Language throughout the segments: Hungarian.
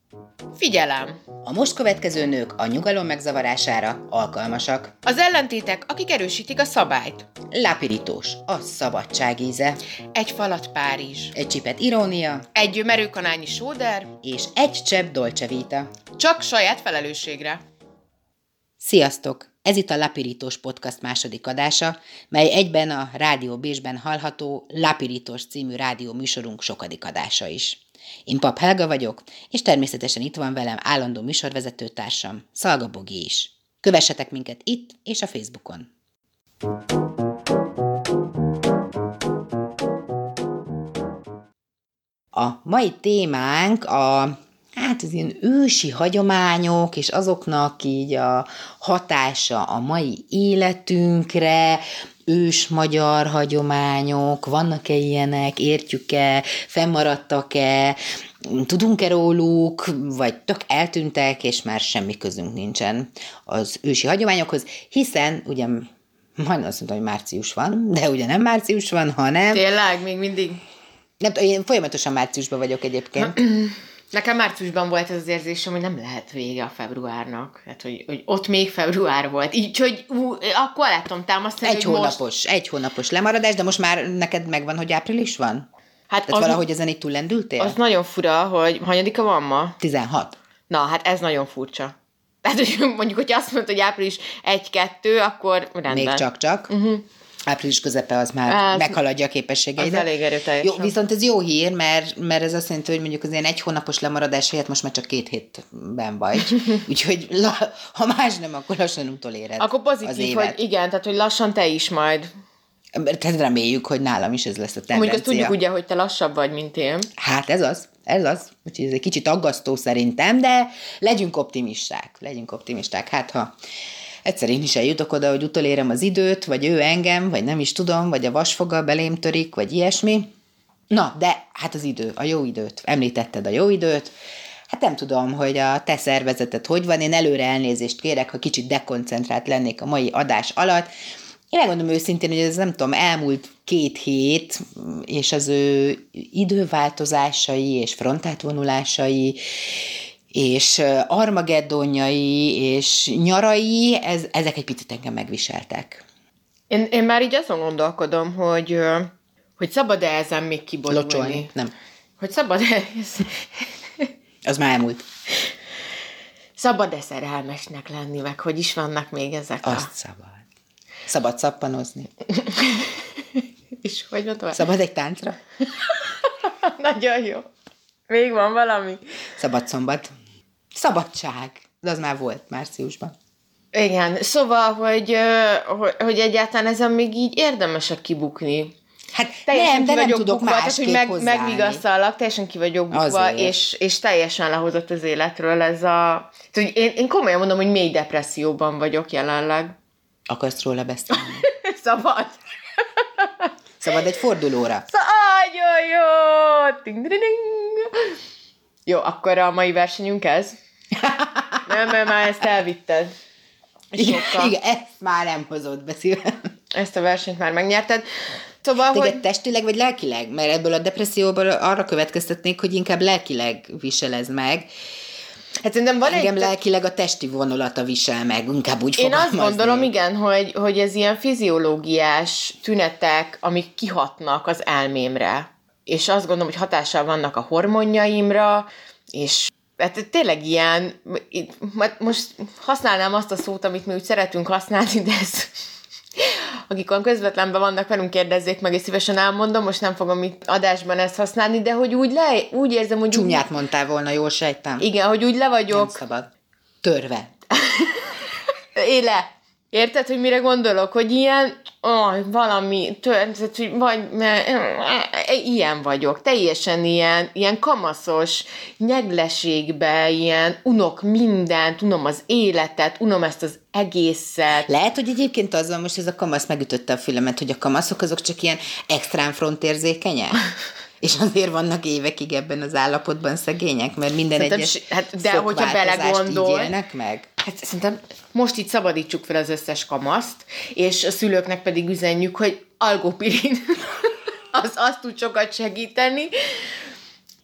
Figyelem! A most következő nők a nyugalom megzavarására alkalmasak. Az ellentétek, akik erősítik a szabályt. Lápirítós, a szabadság íze. Egy falat Párizs. Egy csipet irónia. Egy merőkanálnyi sóder. És egy csepp Dolce Vita. Csak saját felelősségre. Sziasztok! Ez itt a Lapirítós Podcast második adása, mely egyben a Rádió Bécsben hallható Lapirítós című rádió műsorunk sokadik adása is. Én Pap Helga vagyok, és természetesen itt van velem állandó műsorvezetőtársam, Szalga Bogi is. Kövessetek minket itt és a Facebookon. A mai témánk az ilyen ősi hagyományok, és azoknak így a hatása a mai életünkre, ős magyar hagyományok, vannak-e ilyenek, értjük-e, fennmaradtak-e, tudunk-e róluk, vagy tök eltűntek, és már semmi közünk nincsen az ősi hagyományokhoz, hiszen ugye majdnem azt mondtam, hogy március van, de ugye nem március van, hanem... Tényleg? Még mindig? Nem, én folyamatosan márciusban vagyok egyébként. Nekem márciusban volt ez az érzésem, hogy nem lehet vége a februárnak. Hát, hogy ott még február volt. Így, hogy akkor láttam támasztani, Egy hónapos lemaradás, de most már neked megvan, hogy április van? Hát tehát valahogy ezen így túllendültél? Az nagyon fura, hogy hanyadika van ma? 16. Na, hát ez nagyon furcsa. Tehát, hogy mondjuk, hogyha azt mondod, hogy április 1-2, akkor rendben. Még csak-csak. Április közepe az már meghaladja a képességeidet. Az elég erőteljes. Jó, viszont ez jó hír, mert ez azt jelenti, hogy mondjuk az ilyen egy hónapos lemaradás helyett most már csak 2 hétben vagy. Úgyhogy ha más nem, akkor lassan utoléred. Akkor pozitív, hogy igen, tehát hogy lassan te is majd. Tehát reméljük, hogy nálam is ez lesz a tendencia. Mondjuk azt tudjuk ugye, hogy te lassabb vagy, mint én. Hát ez az. Úgyhogy ez egy kicsit aggasztó szerintem, de legyünk optimisták. Hát ha egyszer én is eljutok oda, hogy utolérem az időt, vagy ő engem, vagy nem is tudom, vagy a vasfoga belém törik, vagy ilyesmi. Na, de hát az idő, a jó időt. Említetted a jó időt. Hát nem tudom, hogy a te szervezeted hogy van. Én előre elnézést kérek, ha kicsit dekoncentrált lennék a mai adás alatt. Én megmondom őszintén, hogy ez nem tudom, elmúlt 2 hét, és az ő időváltozásai, és frontátvonulásai, és armageddonjai, és nyarai, ezek egy picit engem megviseltek. Én már így azon gondolkodom, hogy szabad-e ezen még kibolulni? Locsolni? Nem. Hogy szabad-e... Az már elmúlt. Szabad-e szerelmesnek lenni, meg hogy is vannak még ezek Azt szabad. Szabad szappanozni. És hogy van tovább? Szabad egy táncra? Nagyon jó. Még van valami? Szabad szombat. Szabadság. De az már volt márciusban. Igen, szóval, hogy egyáltalán ezen még így érdemesek kibukni. Hát teljesen nem tudok másképp hogy megvigasztalak, teljesen ki vagyok bukva, és teljesen lehozott az életről ez a... Én komolyan mondom, hogy mély depresszióban vagyok jelenleg. Akarsz róla beszélni? Szabad. Szabad egy fordulóra. Nagyon jó! Ding-ding-ding. Jó, akkor a mai versenyünk ez? Nem, mert már ezt elvitted. Igen, ezt már nem hozott be szívem. Ezt a versenyt már megnyerted. Szóval, téged testileg vagy lelkileg? Mert ebből a depresszióból arra következtetnék, hogy inkább lelkileg viselez meg. Hát szerintem van engem lelkileg a testi vonulata visel meg, inkább úgy fogalmazni. Én azt gondolom, igen, hogy ez ilyen fiziológiás tünetek, amik kihatnak az elmémre. És azt gondolom, hogy hatással vannak a hormonjaimra, és hát tényleg ilyen, most használnám azt a szót, amit mi úgy szeretünk használni, de ez, akik olyan közvetlenben vannak velünk, kérdezzék meg, és szívesen elmondom, most nem fogom itt adásban ezt használni, de hogy úgy érzem, hogy... Csúnyát mondtál volna, jól sejtem. Igen, hogy úgy le vagyok... Nem szabad. Törve. Éle. Érted, hogy mire gondolok? Hogy ilyen, valami, ilyen vagyok, teljesen ilyen kamaszos nyegleségbe, ilyen unok mindent, unom az életet, unom ezt az egészet. Lehet, hogy egyébként az van, most ez a kamasz megütötte a fülemet, hogy a kamaszok azok csak ilyen extrán frontérzékenyek? És azért vannak évekig ebben az állapotban szegények, mert minden szerintem, egyes de hogyha belegondol, így élnek meg. Hát szerintem most itt szabadítsuk fel az összes kamaszt, és a szülőknek pedig üzenjük, hogy algopirin az azt tud sokat segíteni.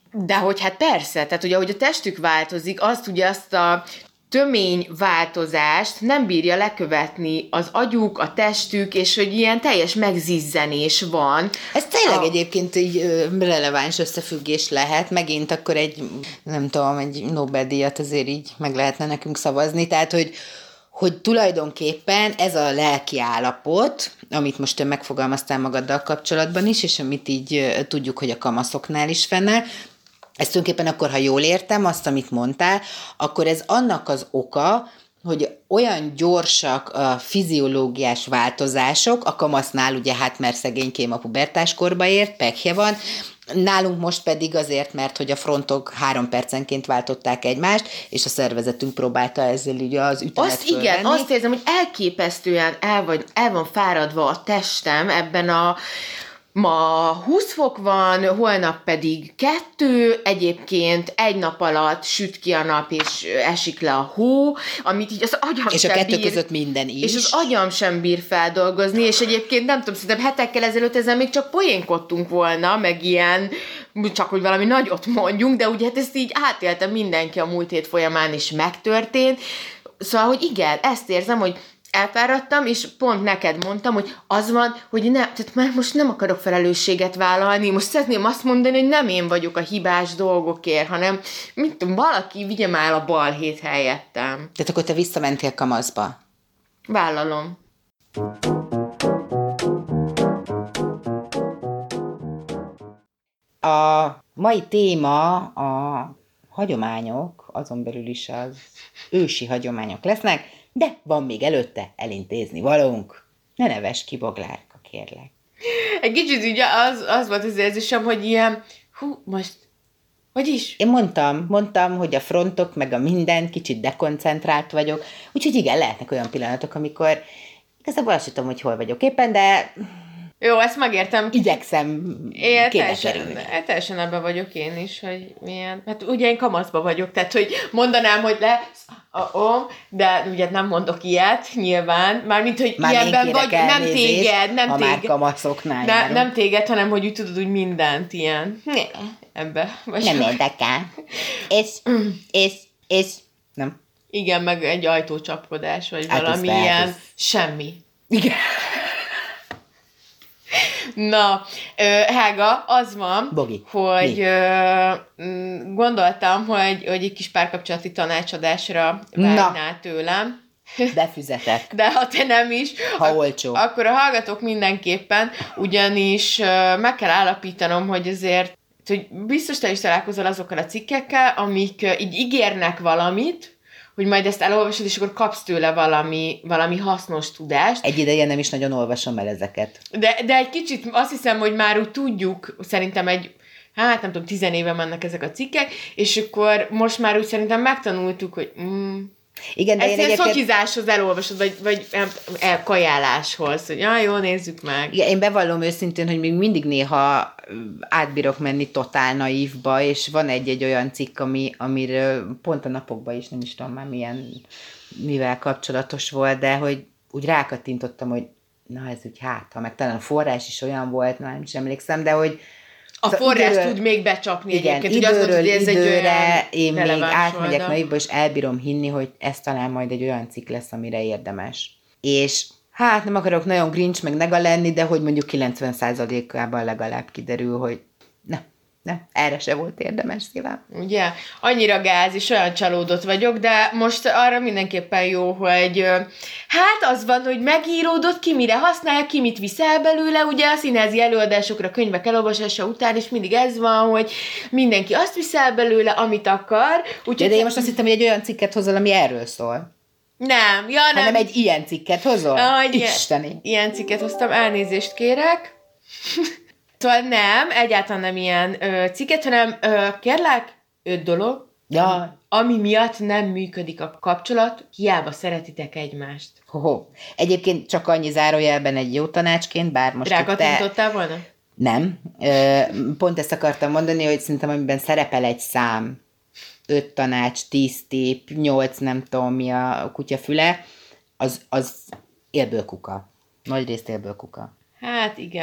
De hogy hát persze, tehát ugye, ahogy a testük változik, azt a tömény változást nem bírja lekövetni az agyuk, a testük, és hogy ilyen teljes megzizzenés van. Ez tényleg egyébként így releváns összefüggés lehet, megint akkor nem tudom, egy Nobel-díjat azért így meg lehetne nekünk szavazni, tehát, hogy tulajdonképpen ez a lelki állapot, amit most te megfogalmaztál magaddal kapcsolatban is, és amit így tudjuk, hogy a kamaszoknál is fennáll, ez tulajdonképpen akkor, ha jól értem azt, amit mondtál, akkor ez annak az oka, hogy olyan gyorsak a fiziológiás változások, a kamasznál ugye hát, mert szegénykém a pubertáskorba ért, pekje van, nálunk most pedig azért, mert hogy a frontok 3 percenként váltották egymást, és a szervezetünk próbálta ezzel így az ütemet azt fölvenni. Igen, azt érzem, hogy elképesztően el van fáradva a testem ebben ma 20 fok van, holnap pedig 2, egyébként egy nap alatt süt ki a nap, és esik le a hó, amit így az agyam és sem a 2 bír, között minden is. És az agyam sem bír feldolgozni, és egyébként nem tudom, szerintem hetekkel ezelőtt ezzel még csak poénkodtunk volna, meg ilyen, csak hogy valami nagyot mondjunk, de ugye hát ezt így átélte mindenki a múlt hét folyamán, és megtörtént. Szóval, hogy igen, ezt érzem, hogy elfáradtam, és pont neked mondtam, hogy az van, hogy tehát már most nem akarok felelősséget vállalni, most szeretném azt mondani, hogy nem én vagyok a hibás dolgokért, hanem mit tudom, valaki vigye már a balhét helyettem. Tehát akkor te visszamentél kamaszba? Vállalom. A mai téma a hagyományok, azon belül is az ősi hagyományok lesznek, de van még előtte elintézni valónk. Ne nevess ki, Boglárka, kérlek. Egy kicsit ugye az volt az érzésem, hogy ilyen, most, vagyis? Én mondtam, hogy a frontok, meg a minden, kicsit dekoncentrált vagyok, úgyhogy igen, lehetnek olyan pillanatok, amikor igazából azt tudom, hogy hol vagyok éppen, de jó, ezt megértem. Igyekszem teljesen ebben vagyok én is, hogy milyen. Hát ugye én kamaszba vagyok, tehát hogy mondanám, hogy de ugye nem mondok ilyet, nyilván. Mármint, hogy már ilyenben vagy, nem téged, ha már kamaszoknál nem téged, hanem hogy úgy tudod, úgy mindent ilyen. Ebbe vagy. Nem érdekel. És nem. Igen, meg egy ajtócsapkodás, vagy valami ilyen. Semmi. Igen. Na, Hága, az van, Bogi, hogy gondoltam, hogy egy kis párkapcsolati tanácsadásra vágnál tőlem. Befizetek. De ha te nem is, ha olcsó. Akkor a hallgatók mindenképpen, ugyanis meg kell állapítanom, hogy azért, hogy biztos te is találkozol azokkal a cikkekkel, amik így ígérnek valamit, hogy majd ezt elolvasod, és akkor kapsz tőle valami hasznos tudást. Egy ideje nem is nagyon olvasom el ezeket. De egy kicsit azt hiszem, hogy már úgy tudjuk, szerintem nem tudom, 10 éve mennek ezek a cikkek, és akkor most már úgy szerintem megtanultuk, hogy igen, de ezt ilyen szotizáshoz elolvasod, vagy elkajáláshoz, hogy jó, nézzük meg. Igen, én bevallom őszintén, hogy még mindig néha átbírok menni totál naívba, és van egy olyan cikk, amiről pont a napokban is nem is tudom már mivel kapcsolatos volt, de hogy úgy rákattintottam, hogy na ez úgy ha meg talán a forrás is olyan volt, nem is emlékszem, de hogy a forrás tud még becsapni igen, egyébként. Időről időre én még átmegyek naívba, és elbírom hinni, hogy ez talán majd egy olyan cikk lesz, amire érdemes. És nem akarok nagyon grinch meg nega lenni, de hogy mondjuk 90%-ában legalább kiderül, hogy nem, erre se volt érdemes szívem. Ugye? Annyira gáz, és olyan csalódott vagyok, de most arra mindenképpen jó, hogy az van, hogy megíródott, ki mire használja, ki mit visz el belőle, ugye a színházi előadásokra, könyvek elolvasása után is mindig ez van, hogy mindenki azt visz el belőle, amit akar. De én most azt hittem, hogy egy olyan cikket hozol, ami erről szól. Nem. Hanem egy ilyen cikket hozol? Isteni. Ilyen cikket hoztam, elnézést kérek. Szóval nem, egyáltalán nem ilyen cikket, hanem kérlek, 5 dolog, ami miatt nem működik a kapcsolat, hiába szeretitek egymást. Egyébként csak annyi zárójelben egy jó tanácsként, bár most rákattintottál volna? Nem. Pont ezt akartam mondani, hogy szerintem amiben szerepel egy szám, 5 tanács, 10 tipp, 8 nem tudom mi a kutya füle, az élből kuka. Nagyrészt élből kuka. Hát igen.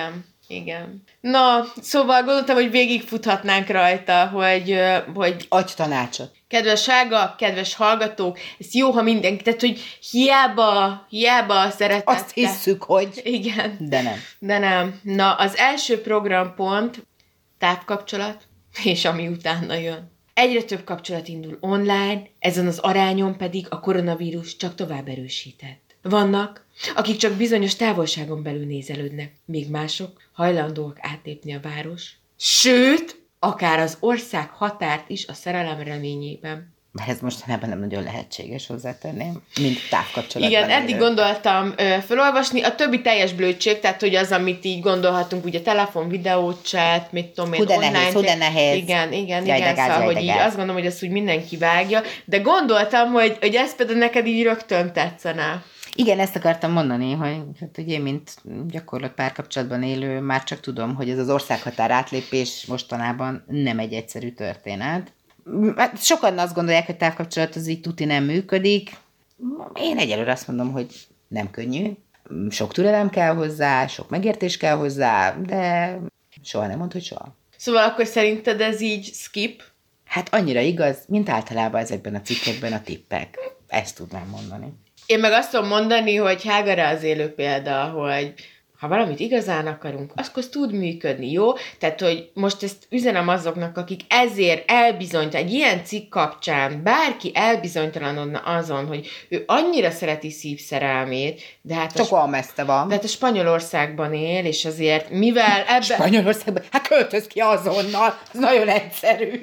Igen. Na, szóval gondoltam, hogy végigfuthatnánk rajta, hogy Agytanácsot. kedves Sága, kedves hallgatók, ez jó, ha mindenki, tehát, hogy hiába szeretette. Azt hisszük, hogy... Igen. De nem. Na, az első programpont távkapcsolat, és ami utána jön. Egyre több kapcsolat indul online, ezen az arányon pedig a koronavírus csak tovább erősített. Vannak, akik csak bizonyos távolságon belül nézelődnek, míg mások hajlandóak átlépni a város, sőt, akár az ország határt is a szerelem reményében. Ez mostanában nem nagyon lehetséges, hozzátenném, mint távkapcsolatban. Igen, eddig gondoltam felolvasni, a többi teljes blödség, tehát hogy az, amit így gondolhatunk, ugye telefon, videó, chat, mit tudom én, online. Hú de nehéz. Igen, szóval, hogy így azt gondolom, hogy ezt úgy mindenki vágja, de gondoltam, hogy ez például neked így rögtön tetszene. Igen, ezt akartam mondani, hogy hát ugye, mint gyakorlat párkapcsolatban élő, már csak tudom, hogy ez az országhatár átlépés mostanában nem egy egyszerű történet. Hát sokan azt gondolják, hogy távkapcsolat az így tuti nem működik. Én egyelőre azt mondom, hogy nem könnyű. Sok türelem kell hozzá, sok megértés kell hozzá, de soha nem mondd, hogy soha. Szóval akkor szerinted ez így skip? Hát annyira igaz, mint általában ezekben a cikkekben a tippek. Ezt tudnám mondani. Én meg azt tudom mondani, hogy Hágara az élő példa, hogy ha valamit igazán akarunk, akkor az tud működni, jó? Tehát, hogy most ezt üzenem azoknak, akik ezért egy ilyen cikk kapcsán bárki elbizonytalanodna azon, hogy ő annyira szereti szívszerelmét, de hát csak olyan messze van. De hát a Spanyolországban él, és azért, mivel ebben... Spanyolországban? Hát költöz ki azonnal, ez nagyon egyszerű.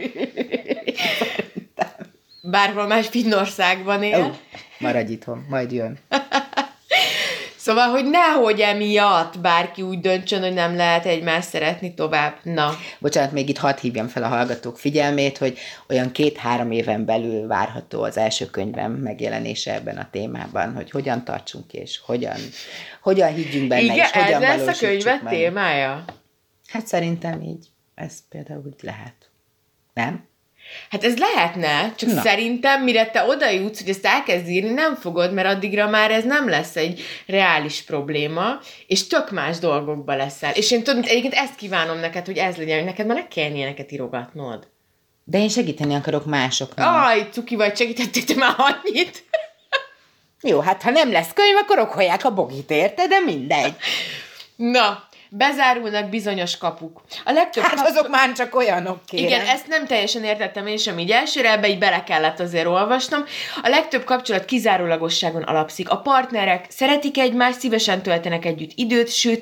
Bárhol más Finnországban él. Maradj itthon, majd jön. Szóval, hogy nehogy emiatt bárki úgy döntsön, hogy nem lehet egymást szeretni tovább. Na. Bocsánat, még itt hadd hívjam fel a hallgatók figyelmét, hogy olyan 2-3 éven belül várható az első könyvem megjelenése ebben a témában, hogy hogyan tartsunk és hogyan higgyünk benne, igen, és hogyan ez lesz a könyved meg. témája? Hát szerintem így. Ez például úgy lehet. Nem? Hát ez lehetne, csak szerintem, mire te oda jutsz, hogy ezt elkezd írni, nem fogod, mert addigra már ez nem lesz egy reális probléma, és tök más dolgokba leszel. És én tudom, egyébként ezt kívánom neked, hogy ez legyen, hogy neked már ne kelljen ilyeneket írogatnod. De én segíteni akarok másoknak. Aj, cuki vagy, segítettél te már annyit. Jó, hát ha nem lesz könyv, akkor okolják a bogit, érte, de mindegy. Na, bezárulnak bizonyos kapuk. A legtöbb azok már csak olyanok, kérem. Igen, ezt nem teljesen értettem én sem így elsőre, ebbe így bele kellett azért olvasnom. A legtöbb kapcsolat kizárólagosságon alapszik. A partnerek szeretik egymást, szívesen töltenek együtt időt, sőt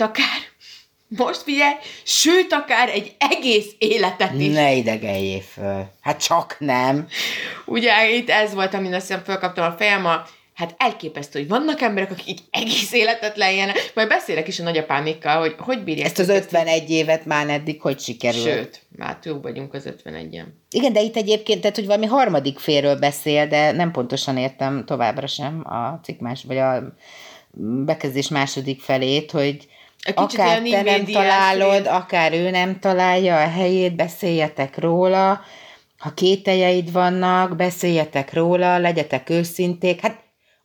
akár egy egész életet is. Ne idegeljél föl. Hát csak nem. Ugye itt ez volt, amin azt hiszem fölkaptam a fejem, hát elképesztő, hogy vannak emberek, akik egész életet lejjenek. Majd beszélek is a nagyapámékkal, hogy bírják. Ezt az 51 évet már eddig hogy sikerül? Sőt, már túl vagyunk az 51-en. Igen, de itt egyébként, tehát, hogy valami harmadik félről beszél, de nem pontosan értem továbbra sem a cikk vagy a bekezdés második felét, hogy akár te nem találod, akár ő nem találja a helyét, beszéljetek róla, ha kételjeid vannak, beszéljetek róla, legyetek őszinték, hát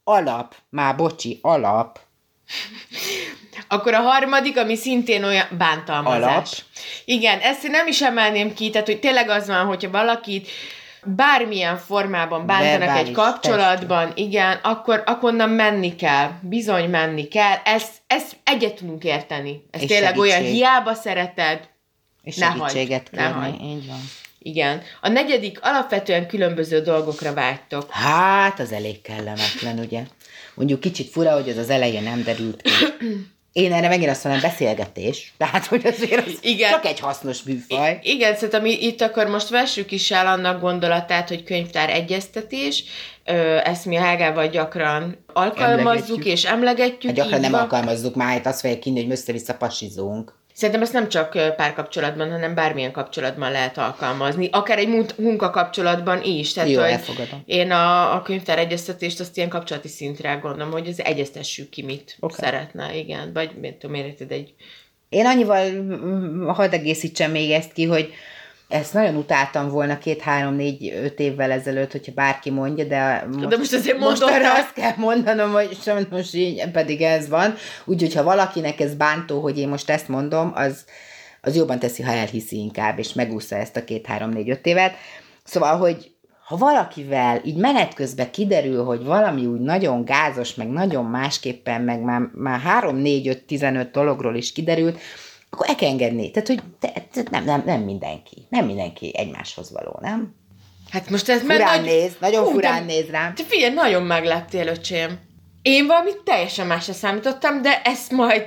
alap. Akkor a harmadik, ami szintén olyan bántalmazás. Alap. Igen, ezt nem is emelném ki, tehát hogy tényleg az van, hogyha valakit bármilyen formában bántanak egy kapcsolatban, igen, akkor onnan menni kell. Bizony menni kell. Ezt egyet tudunk érteni. Ez és tényleg olyan, hiába szereted, és segítséget kérni. Így van. Igen. A negyedik, alapvetően különböző dolgokra vágytok. Hát, az elég kellemetlen, ugye? Mondjuk kicsit fura, hogy ez az elején nem derült ki. Én erre megint azt mondom, beszélgetés. Tehát, hogy azért az csak egy hasznos műfaj. Igen, szerintem itt akkor most vessük is el annak gondolatát, hogy könyvtár egyeztetés. Ezt mi a Hágával gyakran alkalmazzuk és emlegetjük. Hát gyakran nem alkalmazzuk már, azt fogják hinni, hogy össze-vissza pasizunk. Szerintem ezt nem csak párkapcsolatban, hanem bármilyen kapcsolatban lehet alkalmazni. Akár egy munkakapcsolatban is. Tehát, jó, elfogadom. Én a könyvtár egyeztetést azt ilyen kapcsolati szintre gondolom, hogy az egyeztessük ki, mit szeretne, igen. Vagy mit tudom, érted egy... Én annyival hadd egészítsem még ezt ki, hogy Ezt nagyon utáltam volna 2-3-4-5 évvel ezelőtt, hogyha bárki mondja, de most azért most mondod. arra azt kell mondanom, hogy sajnos így pedig ez van. Úgyhogy, ha valakinek ez bántó, hogy én most ezt mondom, az jobban teszi, ha elhiszi inkább, és megúszza ezt a 2-3-4-5 évet. Szóval, hogy ha valakivel így menet közben kiderül, hogy valami úgy nagyon gázos, meg nagyon másképpen, meg már 3-4-5-15 dologról is kiderült, akkor el kell engedni. Tehát, hogy nem mindenki. Nem mindenki egymáshoz való, nem? Hát most ez furán néz, nagyon furán néz rám. Te figyelj, nagyon megleptél, öcsém. Én valamit teljesen másra számítottam, de ezt majd...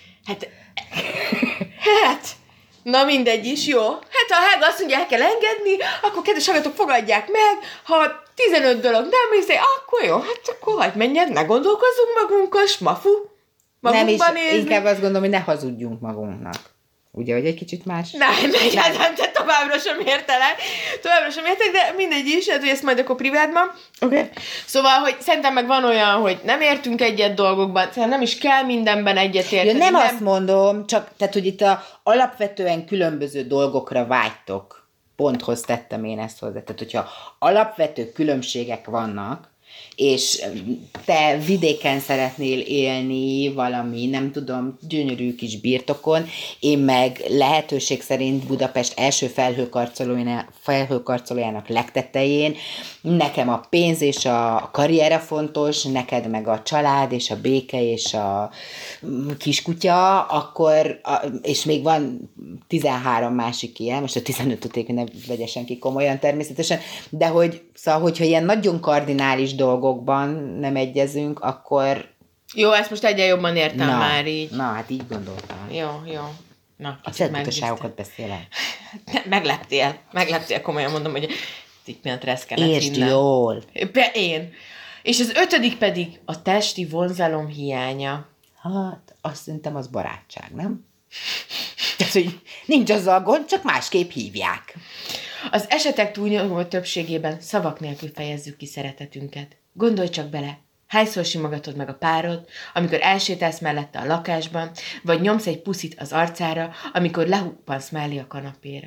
Hát... Na mindegy is, jó. Hát ha a Helga azt mondja, el kell engedni, akkor kedves hallgatók, fogadják meg, ha 15 dolog nem hiszem, akkor jó, hát akkor hagyd menjen, ne gondolkozzunk magunkon, smafu. Nem is, inkább azt gondolom, hogy ne hazudjunk magunknak. Ugye, hogy egy kicsit más? Nem, továbbra sem értek, de mindegy is, hát, hogy ezt majd akkor privátban. Okay. Szóval, hogy szerintem meg van olyan, hogy nem értünk egyet dolgokban, szerintem nem is kell mindenben egyetérteni. Ja, nem azt mondom, csak, tehát, hogy itt alapvetően különböző dolgokra vágytok. Ponthoz tettem én ezt hozzá. Tehát, hogyha alapvető különbségek vannak, és te vidéken szeretnél élni valami, nem tudom, gyönyörű kis birtokon, én meg lehetőség szerint Budapest első felhőkarcolójának legtetején, nekem a pénz és a karriere fontos, neked meg a család és a béke és a kiskutya, akkor, és még van 13 másik ilyen, most a 15-öt ne vegye senki komolyan természetesen, de hogy, szóval, hogyha ilyen nagyon kardinális dolgokban nem egyezünk, akkor... Jó, ezt most egyre jobban értem már így. Na, hát így gondoltam. Jó. Na, a szentbutaságokat beszélek. Megleptél, komolyan mondom, hogy így miatt reszkenet értsd jól. Én. És az 5. pedig a testi vonzalom hiánya. Hát, azt szerintem az barátság, nem? Tehát, hogy nincs azzal gond, csak másképp hívják. Az esetek túlnyomó többségében szavak nélkül fejezzük ki szeretetünket. Gondolj csak bele, hányszor simogatod meg a párod, amikor elsétálsz mellette a lakásban, vagy nyomsz egy puszit az arcára, amikor lehuppansz mellé a kanapéra.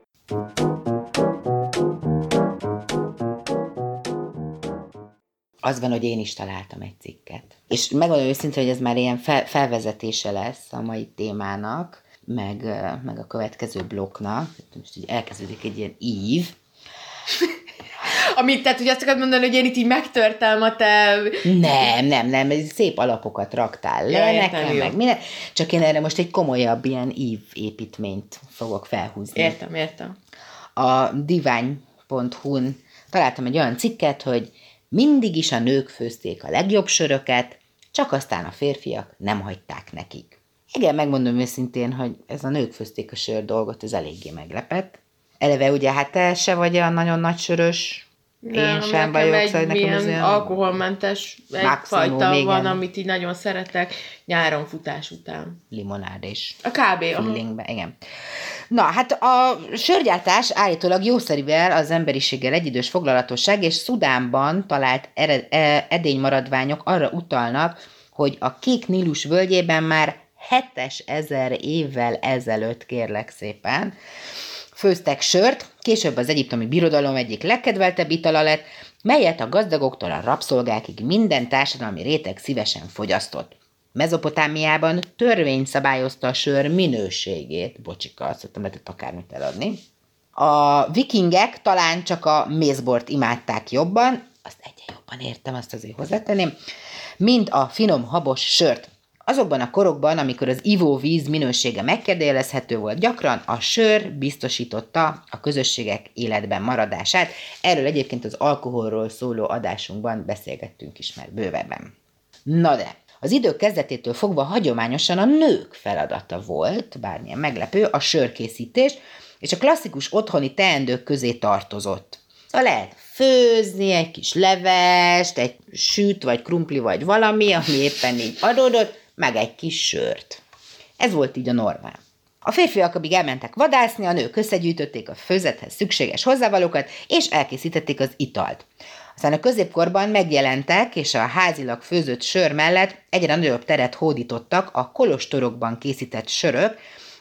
Az van, hogy én is találtam egy cikket. És megmondom őszintén, hogy ez már ilyen felvezetése lesz a mai témának, meg a következő blokknak. Most így elkezdődik egy ilyen ív. Amit, tehát, hogy azt akarod mondani, hogy én itt így megtörtem a te... Nem, szép alapokat raktál le nekem, meg minden. Csak én erre most egy komolyabb ilyen ívépítményt fogok felhúzni. Értem. A divány.hu-n találtam egy olyan cikket, hogy mindig is a nők főzték a legjobb söröket, csak aztán a férfiak nem hagyták nekik. Igen, megmondom őszintén, hogy ez a nők főzték a sör dolgot, ez eléggé meglepett. Eleve ugye, hát te se vagy a nagyon nagy sörös, én sem vagyok, szóval nekem ez olyan alkoholmentes egyfajta van, igen. Amit így nagyon szeretek, nyáron futás után. Limonád és a kb. Igen. Na, hát a sörgyártás állítólag jószerivel az emberiséggel egyidős foglalatosság, és Szudánban talált edénymaradványok arra utalnak, hogy a Kék Nílus völgyében már 7000 évvel ezelőtt, kérlek szépen, főztek sört, később az egyiptomi birodalom egyik legkedveltebb itala lett, melyet a gazdagoktól a rabszolgákig minden társadalmi réteg szívesen fogyasztott. Mezopotámiában törvény szabályozta a sör minőségét. Bocsika, azt mondtam, lehetett akármit eladni. A vikingek talán csak a mézbort imádták jobban, azt egyre jobban értem, azt azért hozzátenném, mint a finom habos sört. Azokban a korokban, amikor az ivóvíz minősége megkérdőjelezhető volt, gyakran a sör biztosította a közösségek életben maradását. Erről egyébként az alkoholról szóló adásunkban beszélgettünk is már bővebben. Na de, az idők kezdetétől fogva hagyományosan a nők feladata volt, bármilyen meglepő, a sörkészítés, és a klasszikus otthoni teendők közé tartozott. Szóval lehet főzni egy kis levest, egy süt, vagy krumpli, vagy valami, ami éppen így adódott, meg egy kis sört. Ez volt így a normál. A férfiak pedig elmentek vadászni, a nők összegyűjtötték a főzethez szükséges hozzávalókat, és elkészítették az italt. Aztán a középkorban megjelentek, és a házilag főzött sör mellett egyre nagyobb teret hódítottak a kolostorokban készített sörök,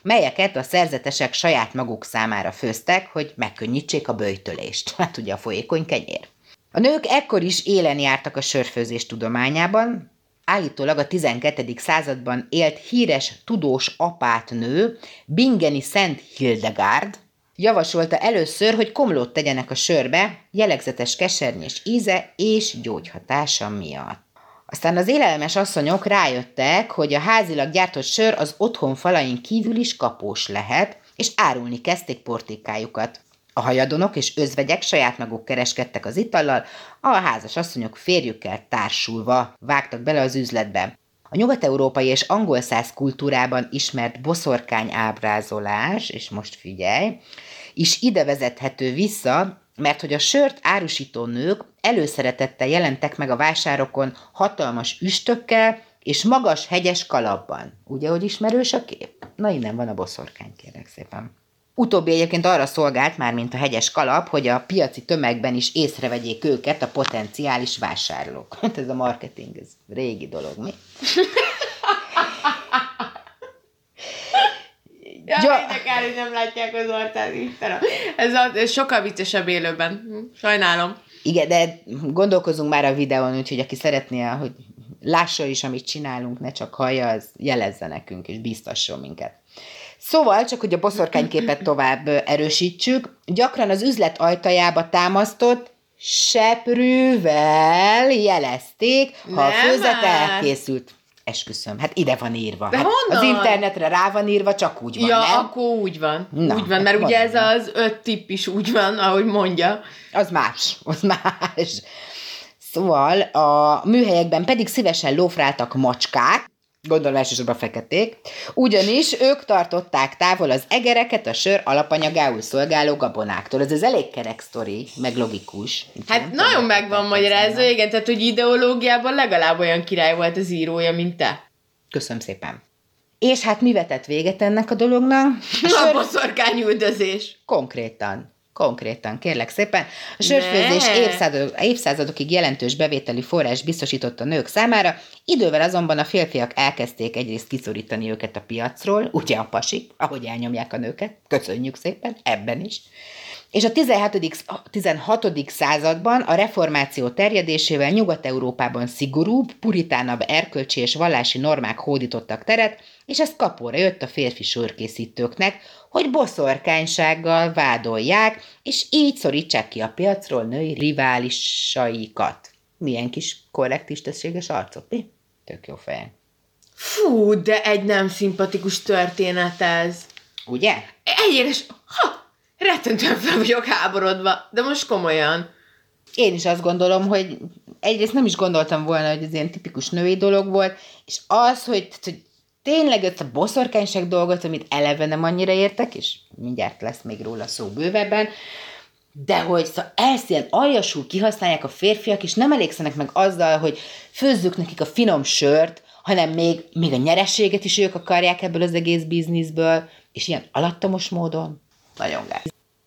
melyeket a szerzetesek saját maguk számára főztek, hogy megkönnyítsék a böjtölést. Hát ugye a folyékony kenyér. A nők ekkor is élen jártak a sörfőzés tudományában. Állítólag a 12. században élt híres tudós apátnő, Bingeni Szent Hildegárd, javasolta először, hogy komlót tegyenek a sörbe, jellegzetes kesernyés íze és gyógyhatása miatt. Aztán az élelmes asszonyok rájöttek, hogy a házilag gyártott sör az otthon falain kívül is kapós lehet, és árulni kezdték portékájukat. A hajadonok és özvegyek saját maguk kereskedtek az itallal, a házas asszonyok férjükkel társulva vágtak bele az üzletbe. A nyugat-európai és angol száz kultúrában ismert boszorkány ábrázolás, és most figyelj, is ide vezethető vissza, mert hogy a sört árusító nők előszeretettel jelentek meg a vásárokon hatalmas üstökkel és magas hegyes kalapban. Ugye, hogy ismerős a kép? Na, innen van a boszorkány, kérlek szépen. Utóbbi egyébként arra szolgált már, mint a hegyes kalap, hogy a piaci tömegben is észrevegyék őket a potenciális vásárlók. Hát ez a marketing, ez régi dolog, mi? Kár, hogy nem látják az arcát, Istenem. Ez sokkal viccesebb élőben. Sajnálom. Igen, de gondolkozunk már a videón, úgyhogy aki szeretné, hogy lássa is, amit csinálunk, ne csak hallja, az jelezze nekünk, és bíztasson minket. Szóval, csak hogy a boszorkányképet tovább erősítsük, gyakran az üzlet ajtajába támasztott seprűvel jelezték, ha a főzet elkészült. Esküszöm, hát ide van írva. De hát honnan? Az internetre rá van írva, csak úgy van, ja, nem? akkor úgy van. Na, úgy van, mert ugye ez az 5 tipp is úgy van, ahogy mondja. Az más. Szóval a műhelyekben pedig szívesen lófráltak macskák, gondolom elsősorban feketék, ugyanis ők tartották távol az egereket a sör alapanyagául szolgáló gabonáktól. Ez elég kerek sztori, meg logikus. Hát nagyon meg van magyarázva, igen, tehát hogy ideológiában legalább olyan király volt az írója, mint te. Köszönöm szépen. És hát mi vetett véget ennek a dolognak? A boszorkányüldözés. Konkrétan, kérlek szépen. A sörfőzés évszázadokig jelentős bevételi forrás biztosított a nők számára, idővel azonban a férfiak elkezdték egyrészt kiszorítani őket a piacról, ugye a pasik, ahogy elnyomják a nőket, köszönjük szépen, ebben is. És a 16. században a reformáció terjedésével Nyugat-Európában szigorúbb, puritánabb erkölcsi és vallási normák hódítottak teret, és ez kapóra jött a férfi sörkészítőknek, hogy boszorkánysággal vádolják, és így szorítsák ki a piacról női riválisaikat. Milyen kis korrekt, tisztességes arcok, mi? Tök jó fejen. Fú, de egy nem szimpatikus történet ez. Ugye? Rettentően fel vagyok háborodva, de most komolyan. Én is azt gondolom, hogy egyrészt nem is gondoltam volna, hogy ez ilyen tipikus női dolog volt, és az, hogy tényleg ezt a boszorkányság dolgot, amit eleve nem annyira értek, és mindjárt lesz még róla szó bővebben, de hogy ezt ilyen aljasul kihasználják a férfiak, és nem elégszenek meg azzal, hogy főzzük nekik a finom sört, hanem még a nyereséget is ők akarják ebből az egész bizniszből, és ilyen alattomos módon nagyon gáz.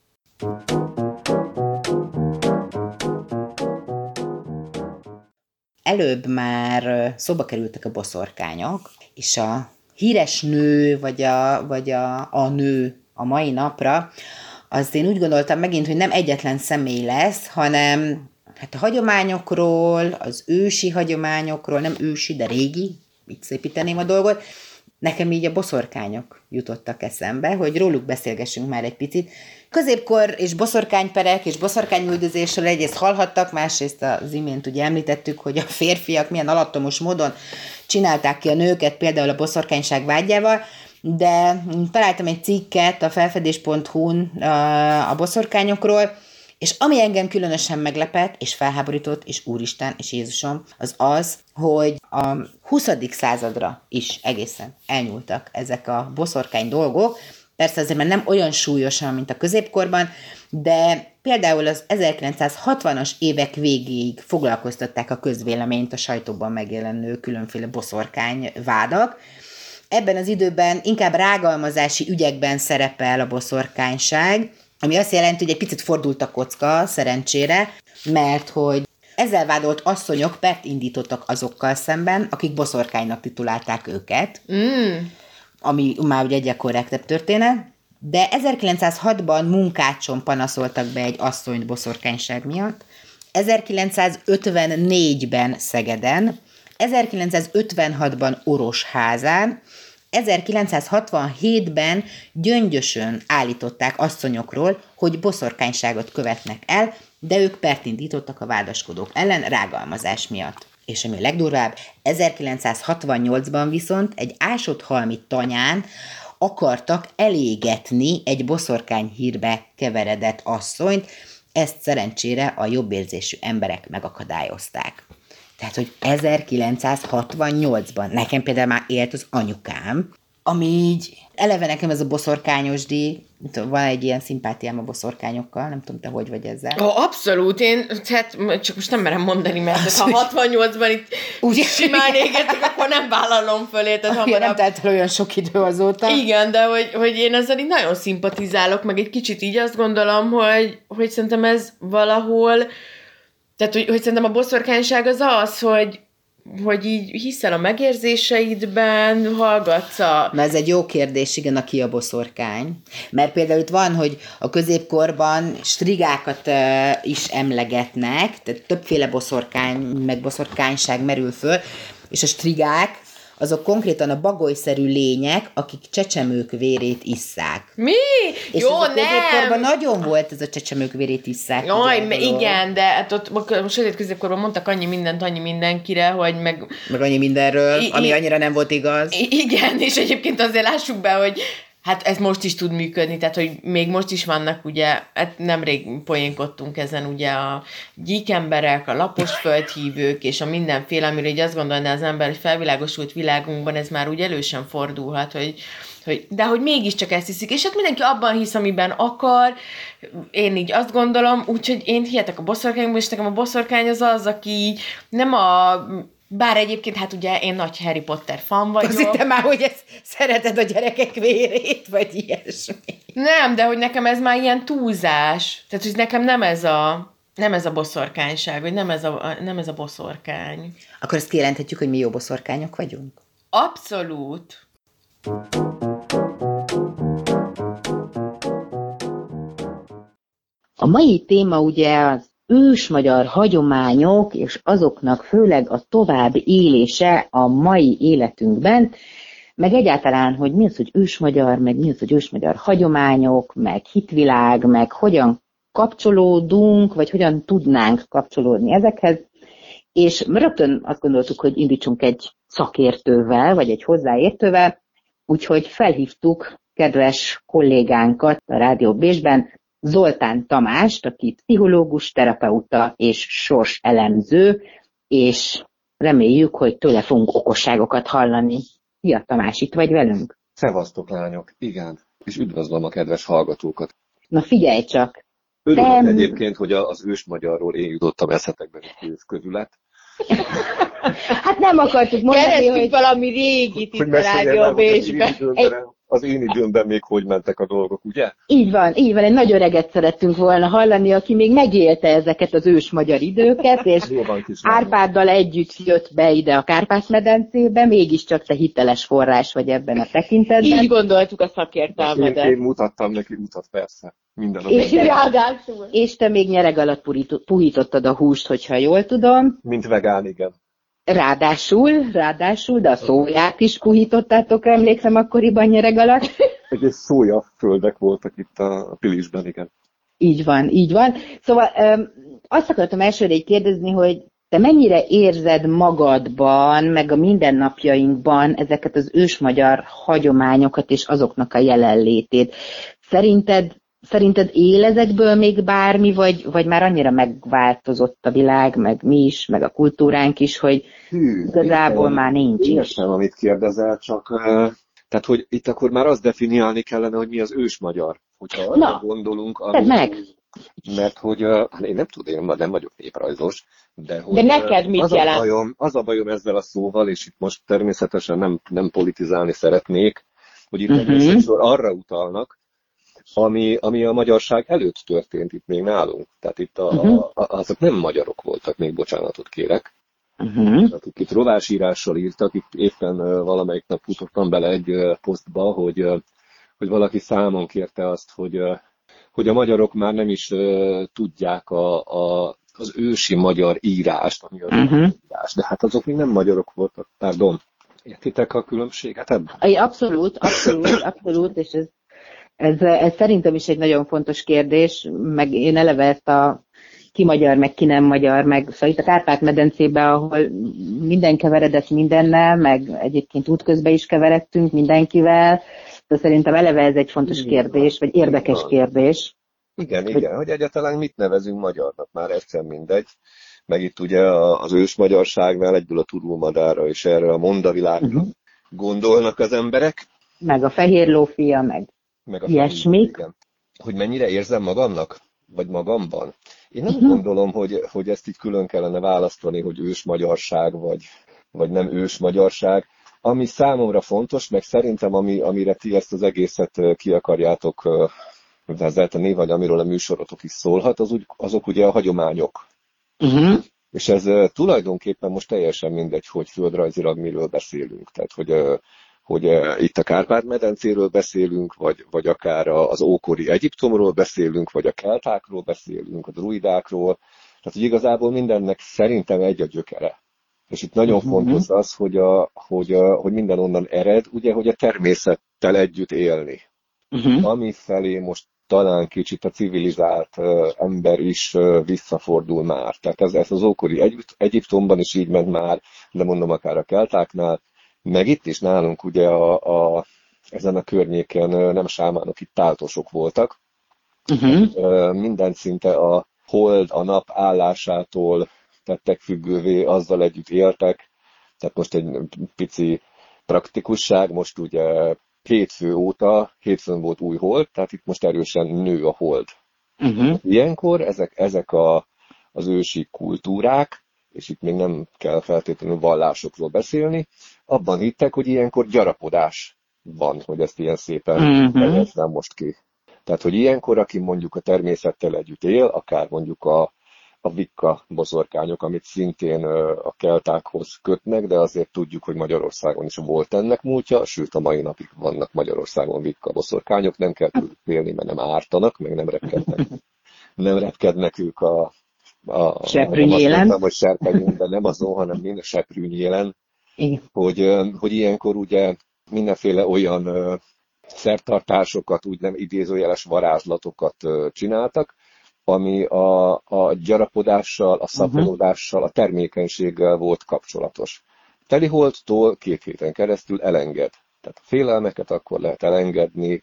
Előbb már szóba kerültek a boszorkányok, és a híres nő, vagy a nő a mai napra, azt én úgy gondoltam megint, hogy nem egyetlen személy lesz, hanem hát a hagyományokról, az ősi hagyományokról, nem ősi, de régi, így szépíteném a dolgot, nekem így a boszorkányok jutottak eszembe, hogy róluk beszélgessünk már egy picit. Középkor és boszorkányperek és boszorkányüldözésről egyrészt hallhattak, másrészt az imént ugye említettük, hogy a férfiak milyen alattomos módon csinálták ki a nőket, például a boszorkányság vágyával, de találtam egy cikket a felfedés.hu-n a boszorkányokról, és ami engem különösen meglepett, és felháborított, és Úristen, és Jézusom, az, hogy a 20. századra is egészen elnyúltak ezek a boszorkány dolgok. Persze azért már nem olyan súlyosan, mint a középkorban, de például az 1960-as évek végéig foglalkoztatták a közvéleményt a sajtóban megjelenő különféle boszorkány vádak. Ebben az időben inkább rágalmazási ügyekben szerepel a boszorkányság, ami azt jelenti, hogy egy picit fordult a kocka, szerencsére, mert hogy ezzel vádolt asszonyok pert indítottak azokkal szemben, akik boszorkánynak titulálták őket. ami már ugye egy korrektebb történet, de 1906-ban munkácson panaszoltak be egy asszonyt boszorkányság miatt, 1954-ben Szegeden, 1956-ban Orosházán, 1967-ben Gyöngyösön állították asszonyokról, hogy boszorkányságot követnek el, de ők pert indítottak a vádaskodók ellen rágalmazás miatt. És ami a legdurvább, 1968-ban viszont egy ásotthalmi tanyán akartak elégetni egy boszorkány hírbe keveredett asszonyt, ezt szerencsére a jobbérzésű emberek megakadályozták. Tehát, hogy 1968-ban, nekem például már élt az anyukám, ami így, eleve nekem ez a boszorkányosdi, van egy ilyen szimpátiám a boszorkányokkal, nem tudom, te hogy vagy ezzel. Abszolút, én tehát csak most nem merem mondani, mert ha 68-ban itt ugye, simán égettek, akkor nem vállalom fölé. Tehát nem telt el olyan sok idő azóta. Igen, de hogy én ezzel így nagyon szimpatizálok, meg egy kicsit így azt gondolom, hogy szerintem ez valahol, tehát hogy szerintem a boszorkányság az, hogy így hiszel a megérzéseidben, hallgatsz a... Na ez egy jó kérdés, igen, aki a boszorkány. Mert például itt van, hogy a középkorban strigákat is emlegetnek, tehát többféle boszorkány, meg boszorkányság merül föl, és a strigák, azok konkrétan a bagolyszerű lények, akik csecsemők vérét isszák. Mi? És jó, ez a középkorban nagyon volt ez a csecsemők vérét isszák. Jaj, igen, de hát ott a sötét középkorban mondtak annyi mindent annyi mindenkire, hogy meg annyi mindenről, ami annyira nem volt igaz. Igen, és egyébként azért lássuk be, hogy hát ez most is tud működni, tehát hogy még most is vannak ugye, hát nemrég poénkodtunk ezen ugye a gyíkemberek, a lapos földhívők, és a mindenféle, amire így azt gondolná az ember, hogy felvilágosult világunkban ez már úgy elősen fordulhat, de hogy mégiscsak ezt hiszik, és hát mindenki abban hisz, amiben akar, én így azt gondolom, úgyhogy én hihetek a boszorkányban, és nekem a boszorkány az, aki nem bár egyébként, hát ugye én nagy Harry Potter fan vagyok. Azt hittem már, hogy szereted a gyerekek vérét, vagy ilyesmi. Nem, de hogy nekem ez már ilyen túlzás. Tehát, hogy nekem nem ez a boszorkányság, vagy nem ez a boszorkány. Akkor ezt kijelenthetjük, hogy mi jó boszorkányok vagyunk? Abszolút. A mai téma ugye az ősmagyar hagyományok, és azoknak főleg a tovább élése a mai életünkben, meg egyáltalán, hogy mi az, hogy ősmagyar, meg mi az, hogy ősmagyar hagyományok, meg hitvilág, meg hogyan kapcsolódunk, vagy hogyan tudnánk kapcsolódni ezekhez. És rögtön azt gondoltuk, hogy indítsunk egy szakértővel, vagy egy hozzáértővel, úgyhogy felhívtuk kedves kollégánkat a Rádió Bésben, Zoltán Tamást, aki pszichológus, terapeuta és sorselemző, és reméljük, hogy tőle fogunk okosságokat hallani. Szia Tamás, itt vagy velünk? Szevasztok, lányok, igen, és üdvözlöm a kedves hallgatókat. Na figyelj csak! Örülök egyébként, hogy az ősmagyarról én jutottam eszetekben egy közület. Hát nem akartuk mondani, keresztük hogy valami régit itt a Rádió Bésben. Az én időmben még hogy mentek a dolgok, ugye? Így van, egy nagy öreget szerettünk volna hallani, aki még megélte ezeket az ősmagyar időket, és Árpáddal együtt jött be ide a Kárpát-medencébe, mégiscsak te hiteles forrás vagy ebben a tekintetben. Így gondoltuk a szakértelmedet. Én mutattam neki utat, persze. Minden és te még nyereg alatt puhítottad a húst, hogyha jól tudom. Mint vegán, igen. Ráadásul, de a szóját is puhítottátok, emlékszem akkoriban nyereg alatt. Egész szójaföldek voltak itt a Pilisben, igen. Így van. Szóval azt akartam elsőre így kérdezni, hogy te mennyire érzed magadban, meg a mindennapjainkban ezeket az ősmagyar hagyományokat és azoknak a jelenlétét? Szerinted él ezekből még bármi, vagy már annyira megváltozott a világ, meg mi is, meg a kultúránk is, hogy igazából már nincs is? Értem, amit kérdezel, csak tehát, hogy itt akkor már azt definiálni kellene, hogy mi az ősmagyar. Hogyha arra gondolunk, mert hogy én nem tudom, én nem vagyok néprajzos, de neked mit jelent? Az a bajom ezzel a szóval, és itt most természetesen nem politizálni szeretnék, hogy itt először arra utalnak, ami a magyarság előtt történt itt még nálunk. Tehát itt azok nem magyarok voltak, még bocsánatot kérek, akik itt rovásírással írtak, itt éppen valamelyik nap futottam bele egy posztba, hogy valaki számon kérte azt, hogy a magyarok már nem is tudják az ősi magyar írást, ami az írás, de hát azok még nem magyarok voltak, pardon. Értitek a különbséget ebben? Abszolút, és ez szerintem is egy nagyon fontos kérdés, meg én eleve ezt a ki magyar, meg ki nem magyar, meg szóval itt a Kárpát-medencében, ahol minden keveredett mindennel, meg egyébként útközben is keveredtünk mindenkivel, de szerintem eleve ez egy fontos kérdés, vagy érdekes kérdés. Igen, hogy egyáltalán mit nevezünk magyarnak, már ez sem mindegy. Meg itt ugye az ősmagyarságnál egyből a turulmadárra és erre a mondavilágra gondolnak az emberek. Meg a fehér lófia, meg ilyesmik. Igen. Hogy mennyire érzem magamnak, vagy magamban. Én nem gondolom, hogy ezt így külön kellene választani, hogy ősmagyarság, vagy nem ősmagyarság. Ami számomra fontos, meg szerintem amire ti ezt az egészet ki akarjátok, de ez lehet a név, amiről a műsorotok is szólhat, azok ugye a hagyományok. És ez tulajdonképpen most teljesen mindegy, hogy földrajzilag miről beszélünk. Tehát, hogy itt a Kárpát-medencéről beszélünk, vagy akár az ókori Egyiptomról beszélünk, vagy a keltákról beszélünk, a druidákról. Tehát, hogy igazából mindennek szerintem egy a gyökere. És itt nagyon fontos az, hogy minden onnan ered, ugye, hogy a természettel együtt élni. Ami felé most talán kicsit a civilizált ember is visszafordul már. Tehát ez az ókori Egyiptomban is így ment már, de mondom akár a keltáknál, meg itt is nálunk ugye ezen a környéken nem sámánok, itt táltosok voltak. Minden szinte a hold, a nap állásától tettek függővé, azzal együtt éltek. Tehát most egy pici praktikusság, most ugye hétfőn volt új hold, tehát itt most erősen nő a hold. Ilyenkor ezek az ősi kultúrák, és itt még nem kell feltétlenül vallásokról beszélni, abban hittek, hogy ilyenkor gyarapodás van, hogy ezt ilyen szépen fejezzem most ki. Tehát, hogy ilyenkor, aki mondjuk a természettel együtt él, akár mondjuk a vikka boszorkányok, amit szintén a keltákhoz kötnek, de azért tudjuk, hogy Magyarországon is volt ennek múltja, sőt a mai napig vannak Magyarországon vikka boszorkányok, nem kell tőlük félni, mert nem ártanak, meg nem repkednek ők a seprűnyélen. Nem hogy serpenyőn, de nem azon, hanem mind a seprűnyélen, hogy ilyenkor ugye mindenféle olyan szertartásokat, úgy nem idézőjeles varázslatokat csináltak, ami a gyarapodással, a szaporodással, a termékenységgel volt kapcsolatos. Teliholdtól 2 héten keresztül elenged. Tehát a félelmeket akkor lehet elengedni,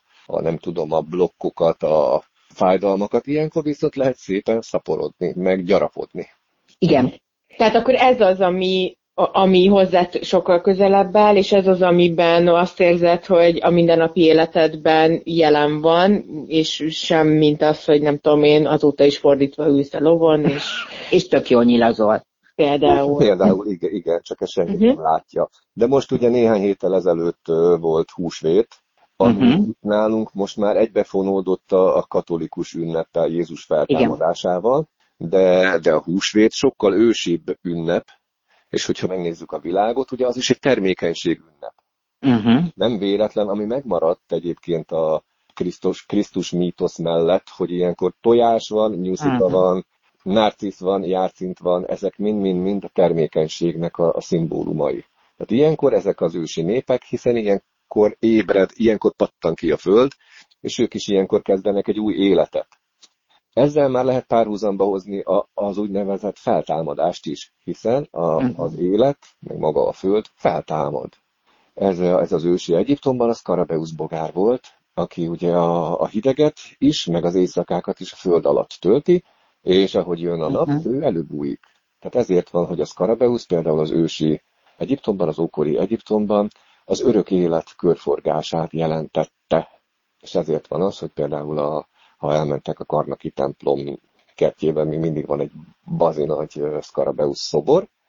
a blokkokat, a fájdalmakat, ilyenkor viszont lehet szépen szaporodni, meg gyarapodni. Igen. Tehát akkor ez az, ami hozzá sokkal közelebb áll, és ez az, amiben azt érzed, hogy a mindennapi életedben jelen van, és sem mint az, hogy nem tudom én, azóta is fordítva ülsz a lovon, és tök jól nyilazol. Például igen, csak ezt senki nem látja. De most ugye néhány héttel ezelőtt volt húsvét, ami nálunk most már egybefonódott a katolikus ünneppel, Jézus feltámadásával, de a húsvét sokkal ősibb ünnep, és hogyha megnézzük a világot, ugye az is egy termékenység ünnep. Nem véletlen, ami megmaradt egyébként a Krisztus mítosz mellett, hogy ilyenkor tojás van, nyuszika van, narcisz van, járcint van, ezek mind a termékenységnek a szimbólumai. Tehát ilyenkor ezek az ősi népek, hiszen ilyenkor ébred, ilyenkor pattan ki a föld, és ők is ilyenkor kezdenek egy új életet. Ezzel már lehet párhuzamba hozni az úgynevezett feltámadást is, hiszen az élet, meg maga a föld feltámad. Ez az ősi Egyiptomban az Skarabeusz bogár volt, aki ugye a hideget is, meg az éjszakákat is a föld alatt tölti, és ahogy jön a nap, ő előbújik. Tehát ezért van, hogy a Skarabeusz például az ősi Egyiptomban, az ókori Egyiptomban az örök élet körforgását jelentette. És ezért van az, hogy például ha elmentek a Karnaki templom kertjében, még mindig van egy bazi nagy Skarabeusz szobor,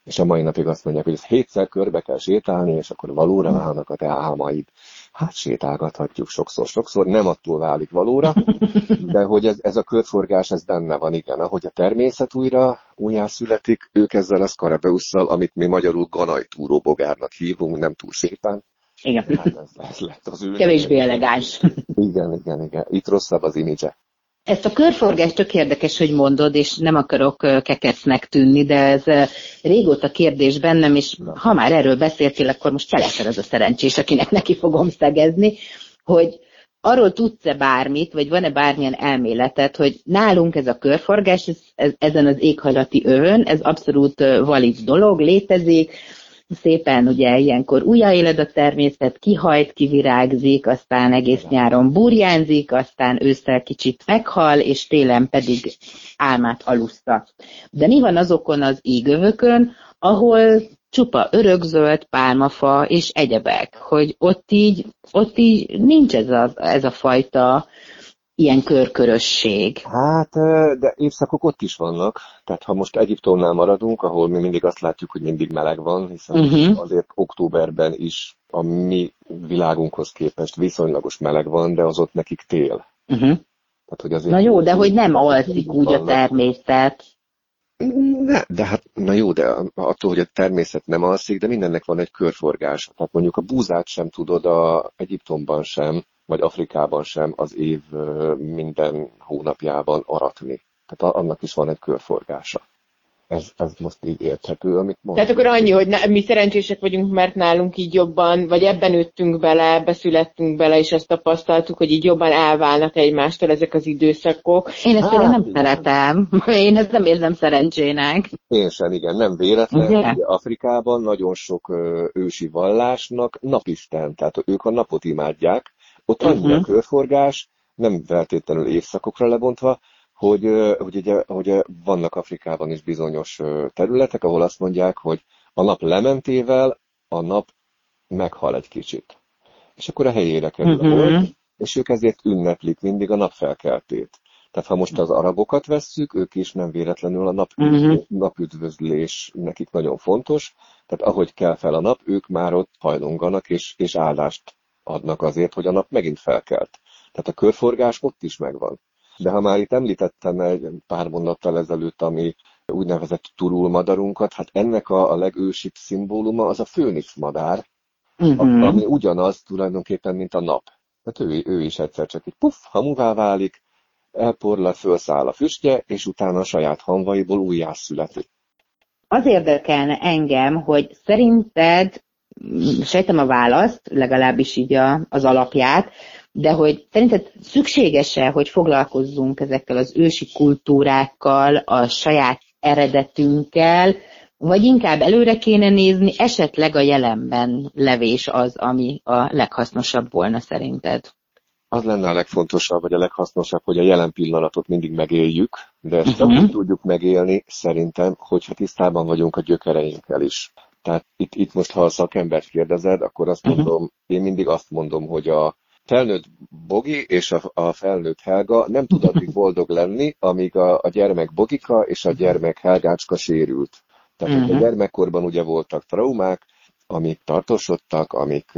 És a mai napig azt mondják, hogy ezt 7-szer körbe kell sétálni, és akkor valóra válnak a te álmaid. Hát sétálgathatjuk sokszor, nem attól válik valóra, de hogy ez a körforgás, ez benne van, igen. Ahogy a természet újjászületik, ők ezzel a Skarabeusszal, amit mi magyarul ganajtúróbogárnak hívunk, nem túl szépen. Igen. Hát ez lett az ő. Kevésbé elegáns. Igen. Itt rosszabb az imidzse. Ezt a körforgást tök érdekes, hogy mondod, és nem akarok kekecnek tűnni, de ez régóta kérdés bennem, és ha már erről beszéltél, akkor most te leszel az a szerencsés, akinek neki fogom szegezni, hogy arról tudsz-e bármit, vagy van-e bármilyen elméleted, hogy nálunk ez a körforgás, ezen az éghajlati övön, ez abszolút valid dolog, létezik, szépen ugye ilyenkor újjáéled a természet, kihajt, kivirágzik, aztán egész nyáron burjánzik, aztán ősszel kicsit meghal, és télen pedig álmát alussza. De mi van azokon az égövökön, ahol csupa örökzöld, pálmafa és egyebek, hogy ott így nincs ez a fajta ilyen körkörösség. Hát, de évszakok ott is vannak. Tehát ha most Egyiptomnál maradunk, ahol mi mindig azt látjuk, hogy mindig meleg van, hiszen azért októberben is a mi világunkhoz képest viszonylagos meleg van, de az ott nekik tél. Tehát, hogy azért na jó, de hogy nem alszik úgy a természet. De hát, na jó, de attól, hogy a természet nem alszik, de mindennek van egy körforgása. Tehát mondjuk a búzát sem tudod Egyiptomban sem, vagy Afrikában sem az év minden hónapjában aratni. Tehát annak is van egy körforgása. Ez most így érthető, amit mondom. Tehát akkor annyi, hogy mi szerencsések vagyunk, mert nálunk így jobban, vagy ebben nőttünk bele, ebbe születtünk bele, és azt tapasztaltuk, hogy így jobban elválnak egymástól ezek az időszakok. Én ezt nem szeretem. Én ezt nem érzem szerencsének. Én sem, igen, nem véletlen. Ugye Afrikában nagyon sok ősi vallásnak napisten, tehát ők a napot imádják. Ott annyi a körforgás, nem feltétlenül évszakokra lebontva, hogy ugye vannak Afrikában is bizonyos területek, ahol azt mondják, hogy a nap lementével a nap meghal egy kicsit. És akkor a helyére kerül a hold, és ők ezért ünneplik mindig a napfelkeltét. Tehát ha most az arabokat vesszük, ők is nem véletlenül a napüdvözlés nekik nagyon fontos. Tehát ahogy kell fel a nap, ők már ott hajlonganak és áldást adnak azért, hogy a nap megint felkelt. Tehát a körforgás ott is megvan. De ha már itt említettem egy pár mondattal ezelőtt, ami úgynevezett turulmadarunkat, hát ennek a legősibb szimbóluma az a főnix madár, ami ugyanaz tulajdonképpen, mint a nap. Hát ő is egyszer csak egy hamuvá válik, elporlad, fölszáll a füstje, és utána a saját hamvaiból újjászületik. Az érdekelne engem, hogy szerinted, sejtem a választ, legalábbis így az alapját, de hogy szerinted szükséges-e, hogy foglalkozzunk ezekkel az ősi kultúrákkal, a saját eredetünkkel, vagy inkább előre kéne nézni, esetleg a jelenben levés az, ami a leghasznosabb volna szerinted? Az lenne a legfontosabb, vagy a leghasznosabb, hogy a jelen pillanatot mindig megéljük, de ezt úgy tudjuk megélni szerintem, hogyha tisztában vagyunk a gyökereinkkel is. Tehát itt most, ha a szakembert kérdezed, akkor azt mondom, én mindig azt mondom, hogy a felnőtt Bogi és a felnőtt Helga nem tud addig boldog lenni, amíg a gyermek Bogika és a gyermek Helgácska sérült. Tehát a gyermekkorban ugye voltak traumák, amik tartósodtak, amik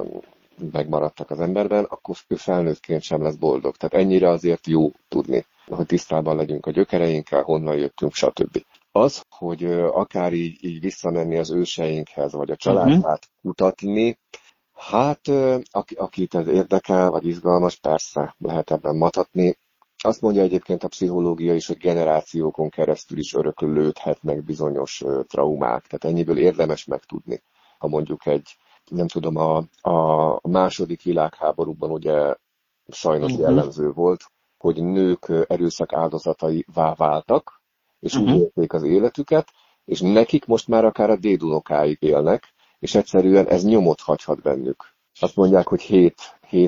megmaradtak az emberben, akkor ő felnőttként sem lesz boldog. Tehát ennyire azért jó tudni, hogy tisztában legyünk a gyökereinkkel, honnan jöttünk, stb. Az, hogy akár így visszamenni az őseinkhez, vagy a családát kutatni, hát akit ez érdekel, vagy izgalmas, persze lehet ebben matatni. Azt mondja egyébként a pszichológia is, hogy generációkon keresztül is öröklődhetnek bizonyos traumák. Tehát ennyiből érdemes megtudni. Ha mondjuk nem tudom, a második világháborúban ugye sajnos jellemző volt, hogy nők erőszak áldozataivá váltak, és úgy élték az életüket, és nekik most már akár a dédunokáig élnek, és egyszerűen ez nyomot hagyhat bennük. Azt mondják, hogy 7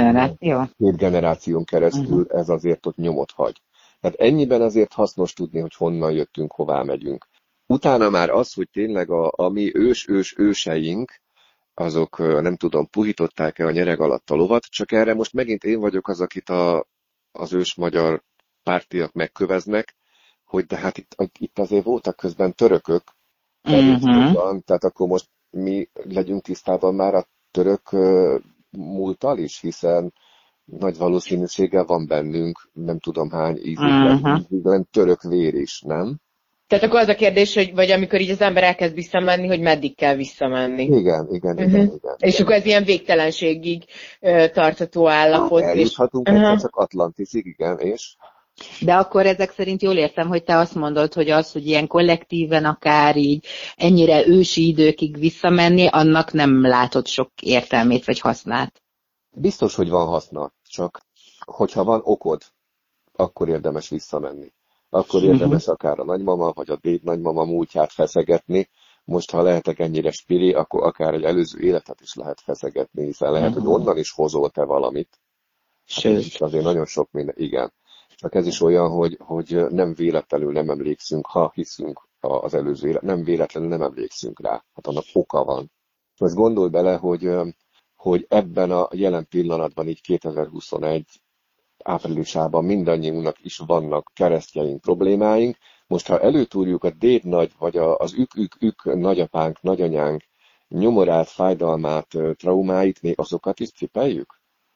generáción keresztül ez azért ott nyomot hagy. Tehát ennyiben azért hasznos tudni, hogy honnan jöttünk, hová megyünk. Utána már az, hogy tényleg a mi őseink, azok nem tudom, puhították-e a nyereg alatt a lovat, csak erre most megint én vagyok az, akit az ős magyar pártiak megköveznek, hogy de hát itt azért voltak közben törökök, Van, tehát akkor most mi legyünk tisztában már a török múlttal is, hiszen nagy valószínűséggel van bennünk, nem tudom hány íziglen török vér is, nem? Tehát akkor az a kérdés, hogy vagy amikor így az ember elkezd visszamenni, hogy meddig kell visszamenni. Igen. És akkor ez ilyen végtelenségig tartható állapot. Eljuthatunk egyszer csak Atlantisig, igen, és... De akkor ezek szerint jól értem, hogy te azt mondod, hogy az, hogy ilyen kollektíven akár így ennyire ősi időkig visszamenni, annak nem látod sok értelmét vagy hasznát. Biztos, hogy van haszna, csak hogyha van okod, akkor érdemes visszamenni. Akkor érdemes akár a nagymama, vagy a dédnagymama múltját feszegetni. Most, ha lehetek ennyire spiri, akkor akár egy előző életet is lehet feszegetni, hiszen lehet, hogy onnan is hozol te valamit. Sőt. Azért nagyon sok minden, igen. Csak ez is olyan, hogy nem véletlenül nem emlékszünk, ha hiszünk az előző élet, nem véletlenül nem emlékszünk rá. Hát annak oka van. Most gondolj bele, hogy ebben a jelen pillanatban, így 2021 áprilisában mindannyiunknak is vannak keresztjeink, problémáink. Most, ha előtúrjuk a dédnagy, vagy az ük nagyapánk, nagyanyánk nyomorát, fájdalmát, traumáit, még azokat is cipeljük?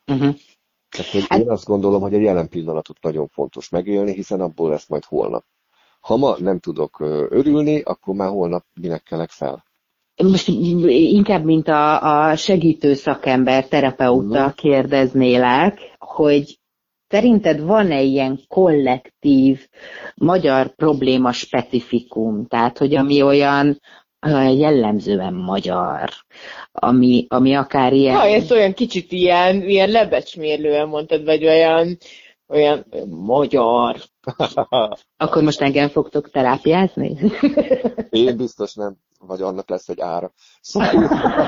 Tehát, én azt gondolom, hogy a jelen pillanatot nagyon fontos megélni, hiszen abból lesz majd holnap. Ha ma nem tudok örülni, akkor már holnap minek kelek fel. Most inkább, mint a segítő szakember, terapeuta kérdeznélek, hogy szerinted van-e ilyen kollektív magyar probléma specifikum? Tehát, hogy ami olyan jellemzően magyar, ami akár ilyen... Ha, ezt olyan kicsit ilyen lebecsmérlően mondtad, vagy olyan magyar. Akkor most engem fogtok terápiázni? Én biztos nem, vagy annak lesz egy ára. Szóval...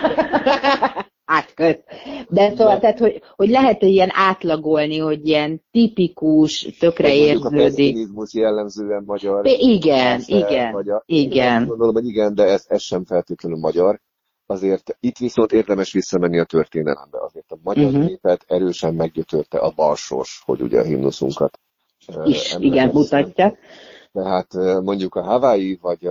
Átköt. De szóval, tehát, hogy lehet-e ilyen átlagolni, hogy ilyen tipikus, tökre érződik. A pessimizmus jellemzően magyar. Igen. Én gondolom, hogy igen, de ez sem feltétlenül magyar. Azért itt viszont érdemes visszamenni a történelembe. Azért a magyar népet erősen meggyötörte a balsors, hogy ugye a himnuszunkat igen, mutatja. Tehát mondjuk a Hawaii vagy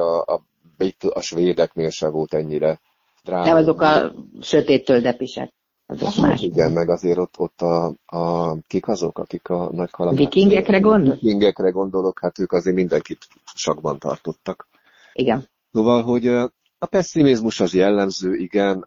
a svédeknél sem volt ennyire drága. Nem, azok a sötét töldepisek. Azok más. Igen, meg azért ott kik azok, akik a nagy kalapács. Vikingekre gondolok? Vikingekre gondolok, hát ők azért mindenkit sakban tartottak. Igen. Szóval, hogy a pessimizmus az jellemző, igen.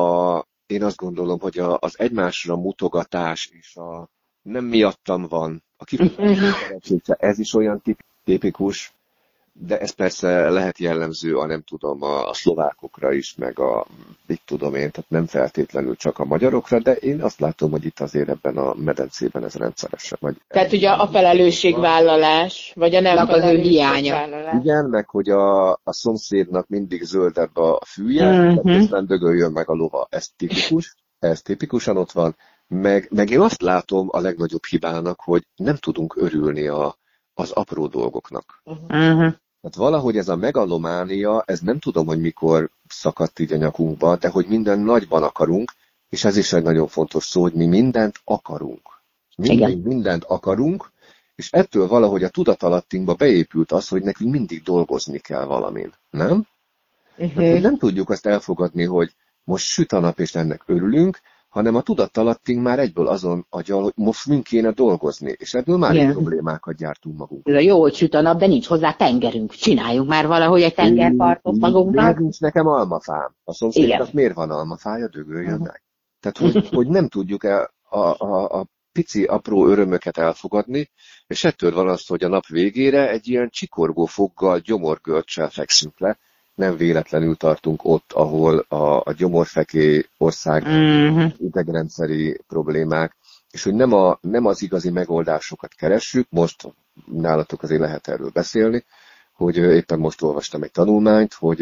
Én azt gondolom, hogy az egymásra mutogatás és a nem miattam van, a kifejezetten ez is olyan tipikus, de ez persze lehet jellemző nem tudom, a szlovákokra is, meg mit tudom én, tehát nem feltétlenül csak a magyarokra, de én azt látom, hogy itt azért ebben a medencében ez rendszeresen. Tehát ugye a felelősségvállalás, vagy a nem felelősségvállalás. Igen, meg hogy a szomszédnak mindig zöldebb a fűje, aztán dögöljön meg a lova. Ez tipikusan ott van. Meg én azt látom a legnagyobb hibának, hogy nem tudunk örülni az apró dolgoknak. Tehát valahogy ez a megalománia, ez nem tudom, hogy mikor szakadt így a nyakunkba, de hogy minden nagyban akarunk, és ez is egy nagyon fontos szó, hogy mi mindent akarunk. Mindent akarunk, és ettől valahogy a tudatalattinkba beépült az, hogy nekünk mindig dolgozni kell valamin, nem? Tehát, nem tudjuk azt elfogadni, hogy most süt a nap, és ennek örülünk, hanem a tudatalattunk már egyből azon agyal, hogy most mind kéne dolgozni, és ebből már problémákat gyártunk magunk. Ez a jó, hogy süt a nap, de nincs hozzá tengerünk. Csináljunk már valahogy egy tengerpartot magunknak. Nincs nekem almafám. A szomszédnak miért van almafája, dögöljön meg. Tehát, hogy nem tudjuk a pici, apró örömöket elfogadni, és ettől van az, hogy a nap végére egy ilyen csikorgó foggal, gyomorgörcsel fekszünk le. Nem véletlenül tartunk ott, ahol a gyomorfeké ország idegrendszeri problémák, és hogy nem az igazi megoldásokat keressük, most nálatok azért lehet erről beszélni, hogy éppen most olvastam egy tanulmányt, hogy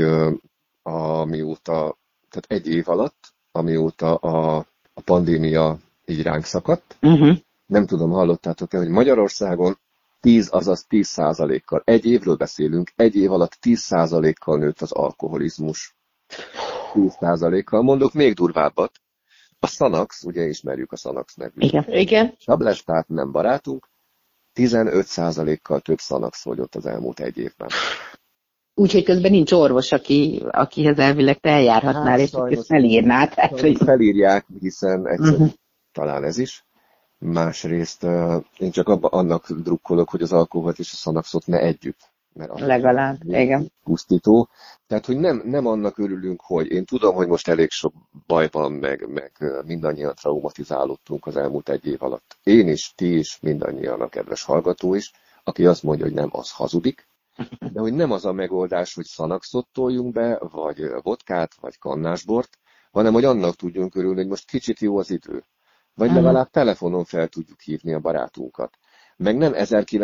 tehát egy év alatt, amióta a pandémia így ránk szakadt, nem tudom, hallottátok-e, hogy Magyarországon 10%-kal, egy évről beszélünk, egy év alatt 10%-kal nőtt az alkoholizmus. 10%-kal. Mondok még durvábbat. A Xanax, ugye ismerjük a Xanax nevű. Igen. Tablestát nem barátunk, 15%-kal több Xanax fogyott az elmúlt egy évben. Úgyhogy közben nincs orvos, akihez elvileg te eljárhatnál, és ezt felírnád. Felírják, hiszen egyszer talán ez is. Másrészt én csak annak drukkolok, hogy az alkoholt és a szanaxot ne együtt. Mert legalább, igen. Pusztító. Tehát, hogy nem annak örülünk, hogy én tudom, hogy most elég sok baj van, meg mindannyian traumatizálódtunk az elmúlt 1 év alatt. Én is, ti is, mindannyian, a kedves hallgató is, aki azt mondja, hogy nem, az hazudik. De hogy nem az a megoldás, hogy szanaxot toljunk be, vagy vodkát, vagy kannásbort, hanem hogy annak tudjunk örülni, hogy most kicsit jó az idő. Vagy legalább telefonon fel tudjuk hívni a barátunkat. Meg nem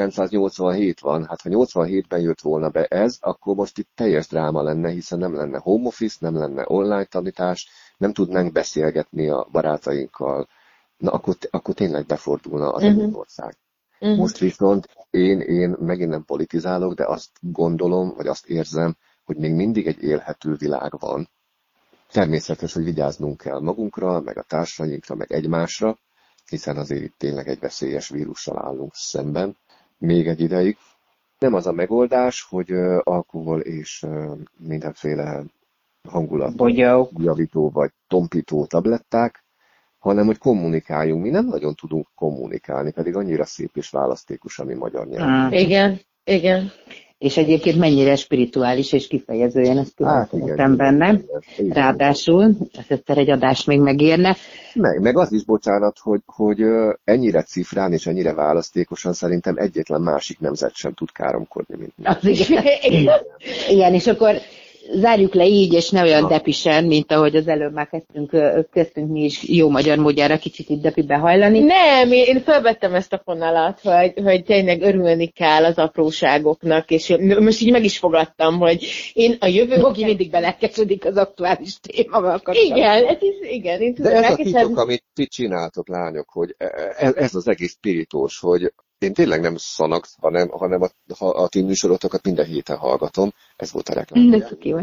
1987 van, hát ha 87-ben jött volna be ez, akkor most itt teljes dráma lenne, hiszen nem lenne home office, nem lenne online tanítás, nem tudnánk beszélgetni a barátainkkal. Na akkor tényleg befordulna az egész ország. Most viszont én megint nem politizálok, de azt gondolom, vagy azt érzem, hogy még mindig egy élhető világ van. Természetes, hogy vigyáznunk kell magunkra, meg a társainkra, meg egymásra, hiszen azért itt tényleg egy veszélyes vírussal állunk szemben még egy ideig. Nem az a megoldás, hogy alkohol és mindenféle hangulatjavító vagy tompító tabletták, hanem hogy kommunikáljunk. Mi nem nagyon tudunk kommunikálni, pedig annyira szép és választékos a mi magyar nyelv. Igen. És egyébként mennyire spirituális és kifejezően, ezt különböztem benne. Ráadásul, ezt egyszer egy adást még megérne. Meg az is, bocsánat, hogy ennyire cifrán és ennyire választékosan szerintem egyetlen másik nemzet sem tud káromkodni, mint mi. Az igen, és akkor zárjuk le így, és ne olyan depisen, mint ahogy az előbb már kezdtünk mi is jó magyar módjára kicsit itt depibe hajlani. Nem, én felvettem ezt a fonalat, hogy tényleg örülni kell az apróságoknak, és most így meg is fogadtam, hogy én a jövőben... Bogi mindig belekezdődik az aktuális témával kapcsolatban. Igen, én tudom. De ez a titok, amit ti csináltok, lányok, hogy ez az egész spiritus, hogy én tényleg nem szanax, hanem a ti műsorotokat minden héten hallgatom. Ez volt a reklám.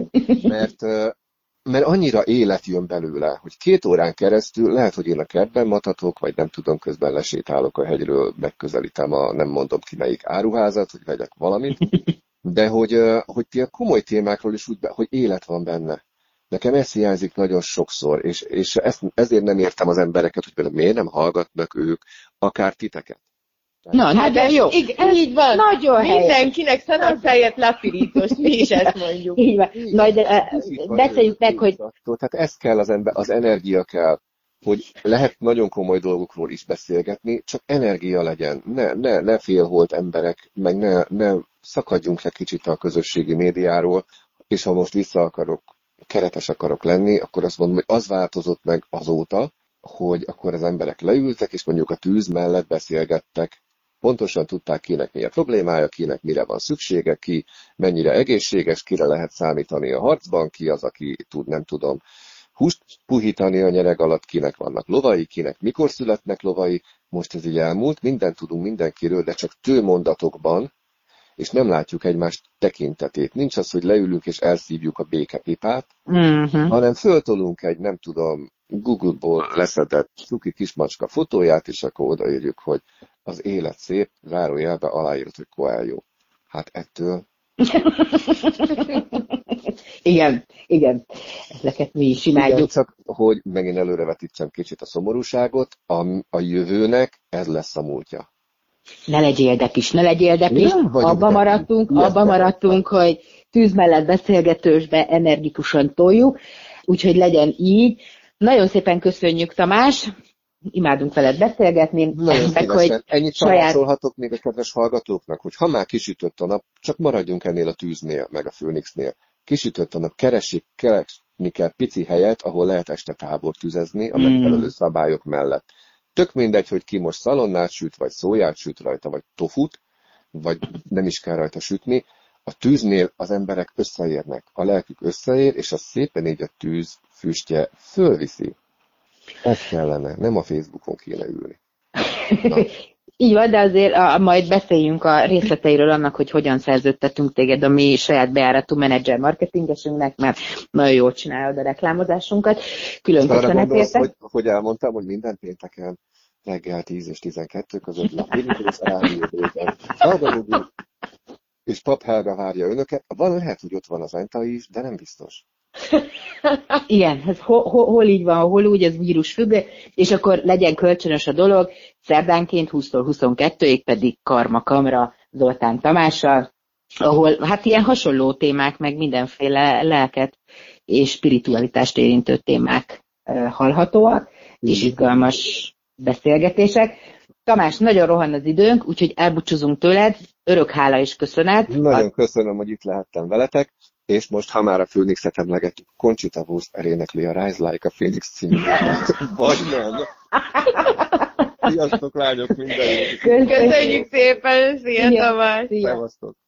Mert annyira élet jön belőle, hogy 2 órán keresztül lehet, hogy én a kertben matatok, vagy nem tudom, közben lesétálok a hegyről, megközelítem nem mondom ki melyik áruházat, hogy vegyek valamit, de hogy ti a komoly témákról is úgy, hogy élet van benne. Nekem ez hiányzik nagyon sokszor, és ezért nem értem az embereket, hogy például miért nem hallgatnak ők akár titeket. Na, nagyon jó. Igen, így van. Nagyon mindenkinek szanaxáját lapirítós, mi is ezt mondjuk. Így van. Majd beszéljük meg, hogy... Tehát ez kell az energia kell, hogy lehet nagyon komoly dolgokról is beszélgetni, csak energia legyen. Ne félholt emberek, meg ne szakadjunk le kicsit a közösségi médiáról, és ha most keretes akarok lenni, akkor azt mondom, hogy az változott meg azóta, hogy akkor az emberek leültek, és mondjuk a tűz mellett beszélgettek. Pontosan tudták, kinek mi a problémája, kinek mire van szüksége, ki mennyire egészséges, kire lehet számítani a harcban, ki az, aki tud, nem tudom, húst puhítani a nyereg alatt, kinek vannak lovai, kinek mikor születnek lovai. Most ez így elmúlt, mindent tudunk mindenkiről, de csak tőmondatokban, és nem látjuk egymás tekintetét. Nincs az, hogy leülünk és elszívjuk a békepipát, hanem föltolunk egy, nem tudom, Google-ból leszedett cuki kismacska fotóját, és akkor odaírjuk, hogy az élet szép, zárójelbe aláírt, hogy Coelho. Hát ettől... Igen. Ezeket mi is imádjuk. Igen, csak hogy megint előrevetítsem kicsit a szomorúságot, a jövőnek ez lesz a múltja. Ne legyél depis. Abba maradtunk, hogy tűz mellett beszélgetősbe energikusan toljuk, úgyhogy legyen így. Nagyon szépen köszönjük, Tamás, imádunk veled beszélgetni. Nagyon szívesen. Ennyit tanácsolhatok még a kedves hallgatóknak, hogy ha már kisütött a nap, csak maradjunk ennél a tűznél, meg a Főnixnél. Kisütött a nap, keresni kell pici helyet, ahol lehet este tábort tüzezni a megfelelő szabályok mellett. Tök mindegy, hogy ki most szalonnát süt, vagy szóját süt rajta, vagy tofut, vagy nem is kell rajta sütni. A tűznél az emberek összeérnek, a lelkük összeér, és az szépen így a tűz füstje fölviszi. Ez kellene, nem a Facebookon kéne ülni. Így van, de azért majd beszéljünk a részleteiről annak, hogy hogyan szerződtetünk téged a mi saját bejáratú menedzser marketingesünknek, mert nagyon jól csinálod a reklámozásunkat. Külön köszönet érte. Hogy elmondtam, hogy minden pénteken reggel 10 és 12 között lapírjuk, és rádióban. és Pap Helga várja önöket. Lehet, hogy ott van az Enta is, de nem biztos. Igen, ez hol így van, hol úgy, ez vírus függ, és akkor legyen kölcsönös a dolog, szerdánként 20-tól 22-ig pedig Karma Kamra Zoltán Tamással, ahol hát ilyen hasonló témák, meg mindenféle lelket és spiritualitást érintő témák hallhatóak, és izgalmas beszélgetések. Tamás, nagyon rohan az időnk, úgyhogy elbúcsúzunk tőled, örök hála és köszönet. Nagyon köszönöm, hogy itt lehettem veletek, és most, ha már a Phoenixet emlegetjük, Conchita Wurst elénekli a Rise Like a Phoenix című. Vagy nem. Sziasztok, lányok, mindenki. Köszönjük szépen, szia Tamás! Szevasztok!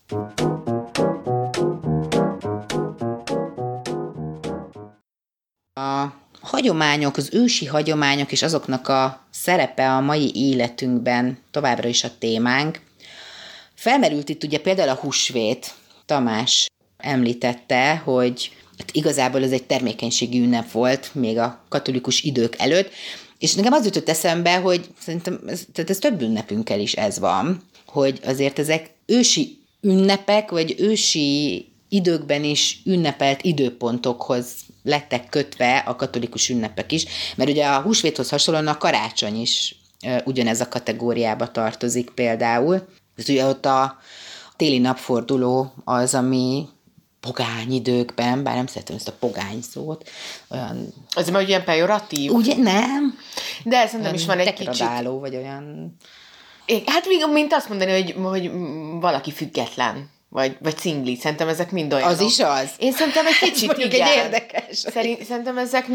A hagyományok, az ősi hagyományok és azoknak a szerepe a mai életünkben továbbra is a témánk. Felmerült itt ugye például a húsvét. Tamás említette, hogy igazából ez egy termékenységi ünnep volt még a katolikus idők előtt, és nekem az jutott eszembe, hogy szerintem ez több ünnepünkkel is ez van, hogy azért ezek ősi ünnepek, vagy ősi időkben is ünnepelt időpontokhoz lettek kötve a katolikus ünnepek is, mert ugye a húsvéthoz hasonlóan a karácsony is ugyanez a kategóriába tartozik például. Ez ugye ott a téli napforduló az, ami pogány időkben, bár nem szeretem ezt a pogány szót, olyan... Az már ilyen pejoratív? Ugye nem? De szerintem is van egy kicsit... vagy olyan... Hát mint azt mondani, hogy valaki független. Vagy cingli. Szerintem ezek mind olyanok. Az is az? Én szerintem egy kicsit igen. Egy érdekes. Szerintem ezek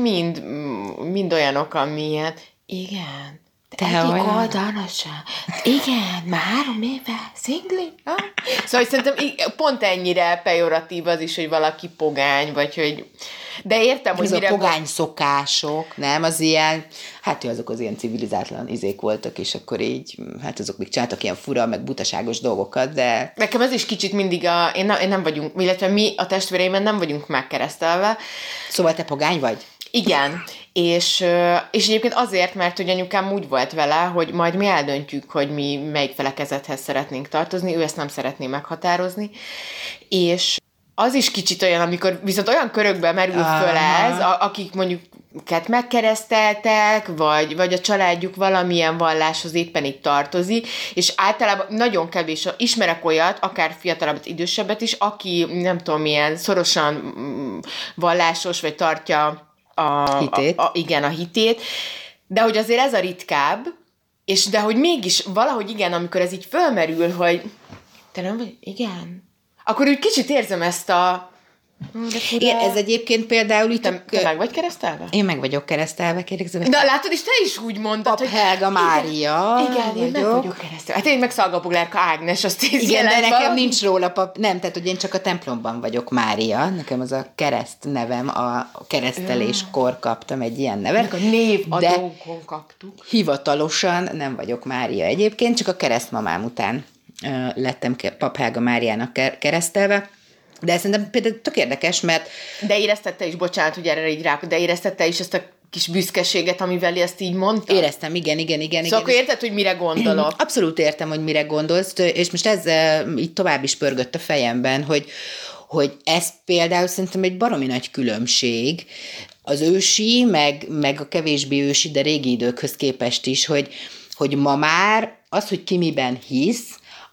mind olyanok, amilyen igen. Egyik oldalon sem. Igen, már 3 éve szingli. Szóval szerintem pont ennyire pejoratív az is, hogy valaki pogány, vagy hogy... De értem, hogy mire... a pogány szokások, nem? Az ilyen... Hát azok az ilyen civilizátlan izék voltak, és akkor így... Hát azok még csináltak ilyen fura, meg butaságos dolgokat, de... Nekem ez is kicsit mindig én nem vagyunk... Illetve mi a testvéreimen nem vagyunk megkeresztelve. Szóval te pogány vagy? Igen. És egyébként azért, mert hogy anyukám úgy volt vele, hogy majd mi eldöntjük, hogy mi melyik felekezethez szeretnénk tartozni, ő ezt nem szeretné meghatározni, és az is kicsit olyan, amikor viszont olyan körökben merül föl ez, akik mondjuk megkereszteltek, vagy a családjuk valamilyen valláshoz éppen itt tartozik, és általában nagyon kevés, ismerek olyat, akár fiatalabbat, idősebbet is, aki nem tudom milyen szorosan vallásos, vagy tartja a hitét, de hogy azért ez a ritkább, és de hogy mégis valahogy igen, amikor ez így fölmerül, hogy te nem vagy, igen, akkor úgy kicsit érzem ezt a... Igen, ez egyébként például itt... Te meg vagy keresztelve? Én meg vagyok keresztelve, kérlek szépen. De látod, és te is úgy mondtad, hogy... Helga Mária. Igen, én meg vagyok keresztelve. Hát én meg Szalga-Boglárka Ágnes, azt igen, de nekem nincs róla nem, tehát hogy én csak a templomban vagyok Mária. Nekem az a kereszt nevem, a kereszteléskor kaptam egy ilyen nevet. A névadónkon kaptuk. Hivatalosan nem vagyok Mária egyébként, csak a keresztmamám után lettem Pap Helga Máriának keresztelve. De szerintem például tök érdekes, mert... De éreztette is, bocsánat, hogy erre így de éreztette is ezt a kis büszkeséget, amivel ezt így mondta? Éreztem, igen. Szóval akkor érted, hogy mire gondolok? Abszolút értem, hogy mire gondolsz, és most ez így tovább is pörgött a fejemben, hogy ez például szerintem egy baromi nagy különbség az ősi, meg a kevésbé ősi, de régi időkhöz képest is, hogy ma már az, hogy ki miben hisz,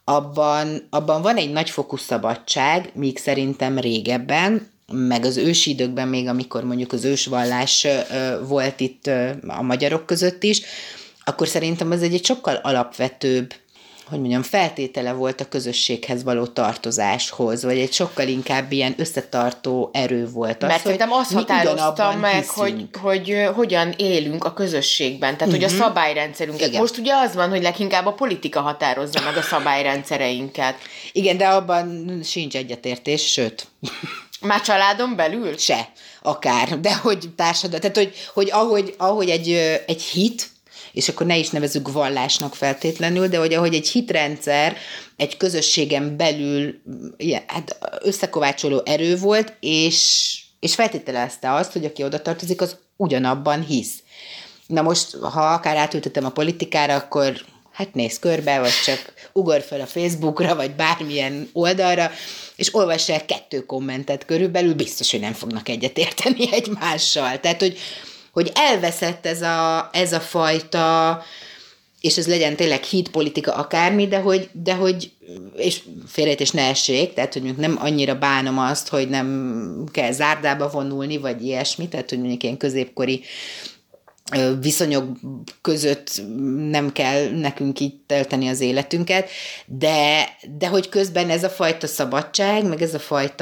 abban van egy nagyfokú szabadság, míg szerintem régebben, meg az ősi időkben még, amikor mondjuk az ősvallás volt itt a magyarok között is, akkor szerintem az egy sokkal alapvetőbb, hogy mondjam, feltétele volt a közösséghez való tartozáshoz, vagy egy sokkal inkább ilyen összetartó erő volt az, mert szerintem azt határozta meg, hogy hogyan élünk a közösségben, tehát hogy a szabályrendszerünket. Igen. Most ugye az van, hogy leginkább a politika határozza meg a szabályrendszereinket. Igen, de abban sincs egyetértés, sőt. Már családon belül? Se, akár, de hogy társadalom, tehát hogy ahogy egy hit, és akkor ne is nevezzük vallásnak feltétlenül, de hogy ahogy egy hitrendszer egy közösségen belül hát összekovácsoló erő volt, és feltételezte azt, hogy aki oda tartozik, az ugyanabban hisz. Na most, ha akár átültetem a politikára, akkor hát nézz körbe, vagy csak ugorj fel a Facebookra, vagy bármilyen oldalra, és olvass el 2 kommentet körülbelül, biztos, hogy nem fognak egyetérteni egymással. Tehát, hogy elveszett ez a fajta, és ez legyen tényleg hitpolitika akármi, de hogy és félrejtés ne essék, tehát, hogy nem annyira bánom azt, hogy nem kell zárdába vonulni, vagy ilyesmi, tehát, hogy mondjuk ilyen középkori viszonyok között nem kell nekünk így tölteni az életünket, de hogy közben ez a fajta szabadság, meg ez a fajta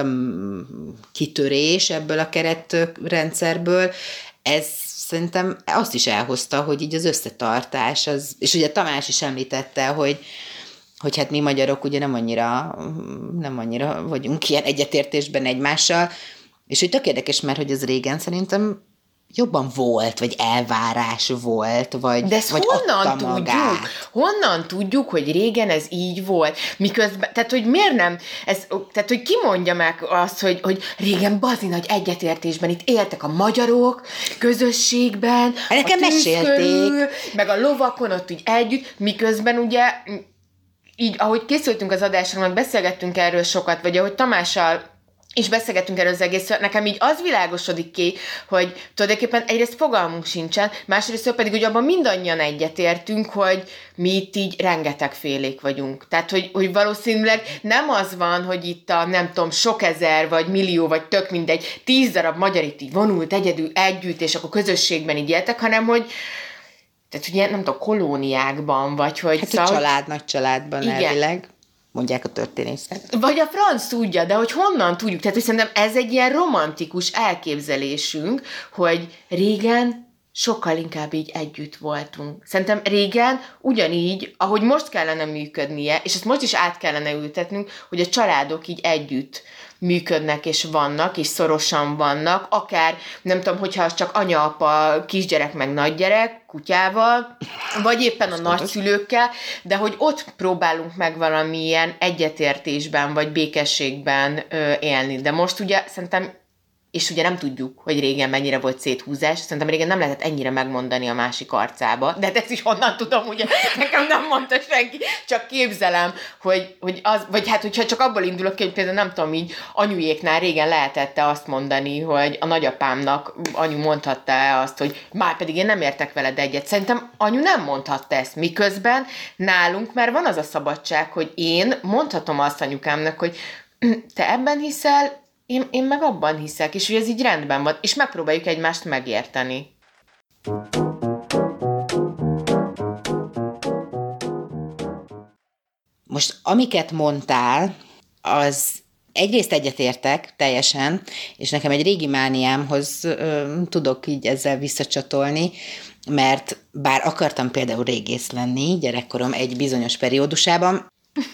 kitörés ebből a keretrendszerből, ez szerintem azt is elhozta, hogy így az összetartás, és ugye Tamás is említette, hogy hát mi magyarok ugye nem annyira vagyunk ilyen egyetértésben egymással, és hogy tök érdekes, mert hogy ez régen szerintem jobban volt, vagy elvárás volt, vagy de ezt vagy honnan tudjuk? Magát. Honnan tudjuk, hogy régen ez így volt? Miközben, tehát, hogy miért nem, tehát, hogy ki mondja meg azt, hogy régen bazi nagy egyetértésben itt éltek a magyarok, közösségben, nekem a tűz körül, meg a lovakon ott így együtt, miközben ugye így, ahogy készültünk az adásra, meg beszélgettünk erről sokat, vagy ahogy Tamással és beszélgettünk erről az egészről, nekem így az világosodik ki, hogy tulajdonképpen egyrészt fogalmunk sincsen, másrészt pedig, hogy abban mindannyian egyetértünk, hogy mi itt így rengetegfélék vagyunk. Tehát, hogy valószínűleg nem az van, hogy itt a nem tudom, sok ezer, vagy millió, vagy tök mindegy, 10 darab magyar itt így vonult egyedül együtt, és akkor közösségben így éltek, hanem hogy tehát, ugye nem tudom, kolóniákban, vagy hogy... Hát a nagy családban elvileg. Mondják a történészek. Vagy a franc tudja, de hogy honnan tudjuk? Tehát, hogy szerintem ez egy ilyen romantikus elképzelésünk, hogy régen sokkal inkább így együtt voltunk. Szerintem régen ugyanígy, ahogy most kellene működnie, és ezt most is át kellene ültetnünk, hogy a családok így együtt működnek, és vannak, és szorosan vannak, akár, nem tudom, hogyha az csak anya, apa, kisgyerek, meg nagygyerek, kutyával, vagy éppen a nagyszülőkkel, de hogy ott próbálunk meg valamilyen egyetértésben, vagy békességben élni. De most ugye szerintem, és ugye nem tudjuk, hogy régen mennyire volt széthúzás, szerintem régen nem lehetett ennyire megmondani a másik arcába, de ezt is honnan tudom, ugye nekem nem mondta senki, csak képzelem, hogy az, vagy hát hogyha csak abból indulok ki, hogy például nem tudom így, anyujéknál régen lehetett azt mondani, hogy a nagyapámnak anyu mondhatta azt, hogy már pedig én nem értek veled egyet. Szerintem anyu nem mondhatta ezt, miközben nálunk már van az a szabadság, hogy én mondhatom azt anyukámnak, hogy te ebben hiszel, én meg abban hiszek, és hogy ez így rendben van, és megpróbáljuk egymást megérteni. Most amiket mondtál, az egyrészt egyetértek teljesen, és nekem egy régi mániámhoz tudok így ezzel visszacsatolni, mert bár akartam például régész lenni gyerekkorom egy bizonyos periódusában,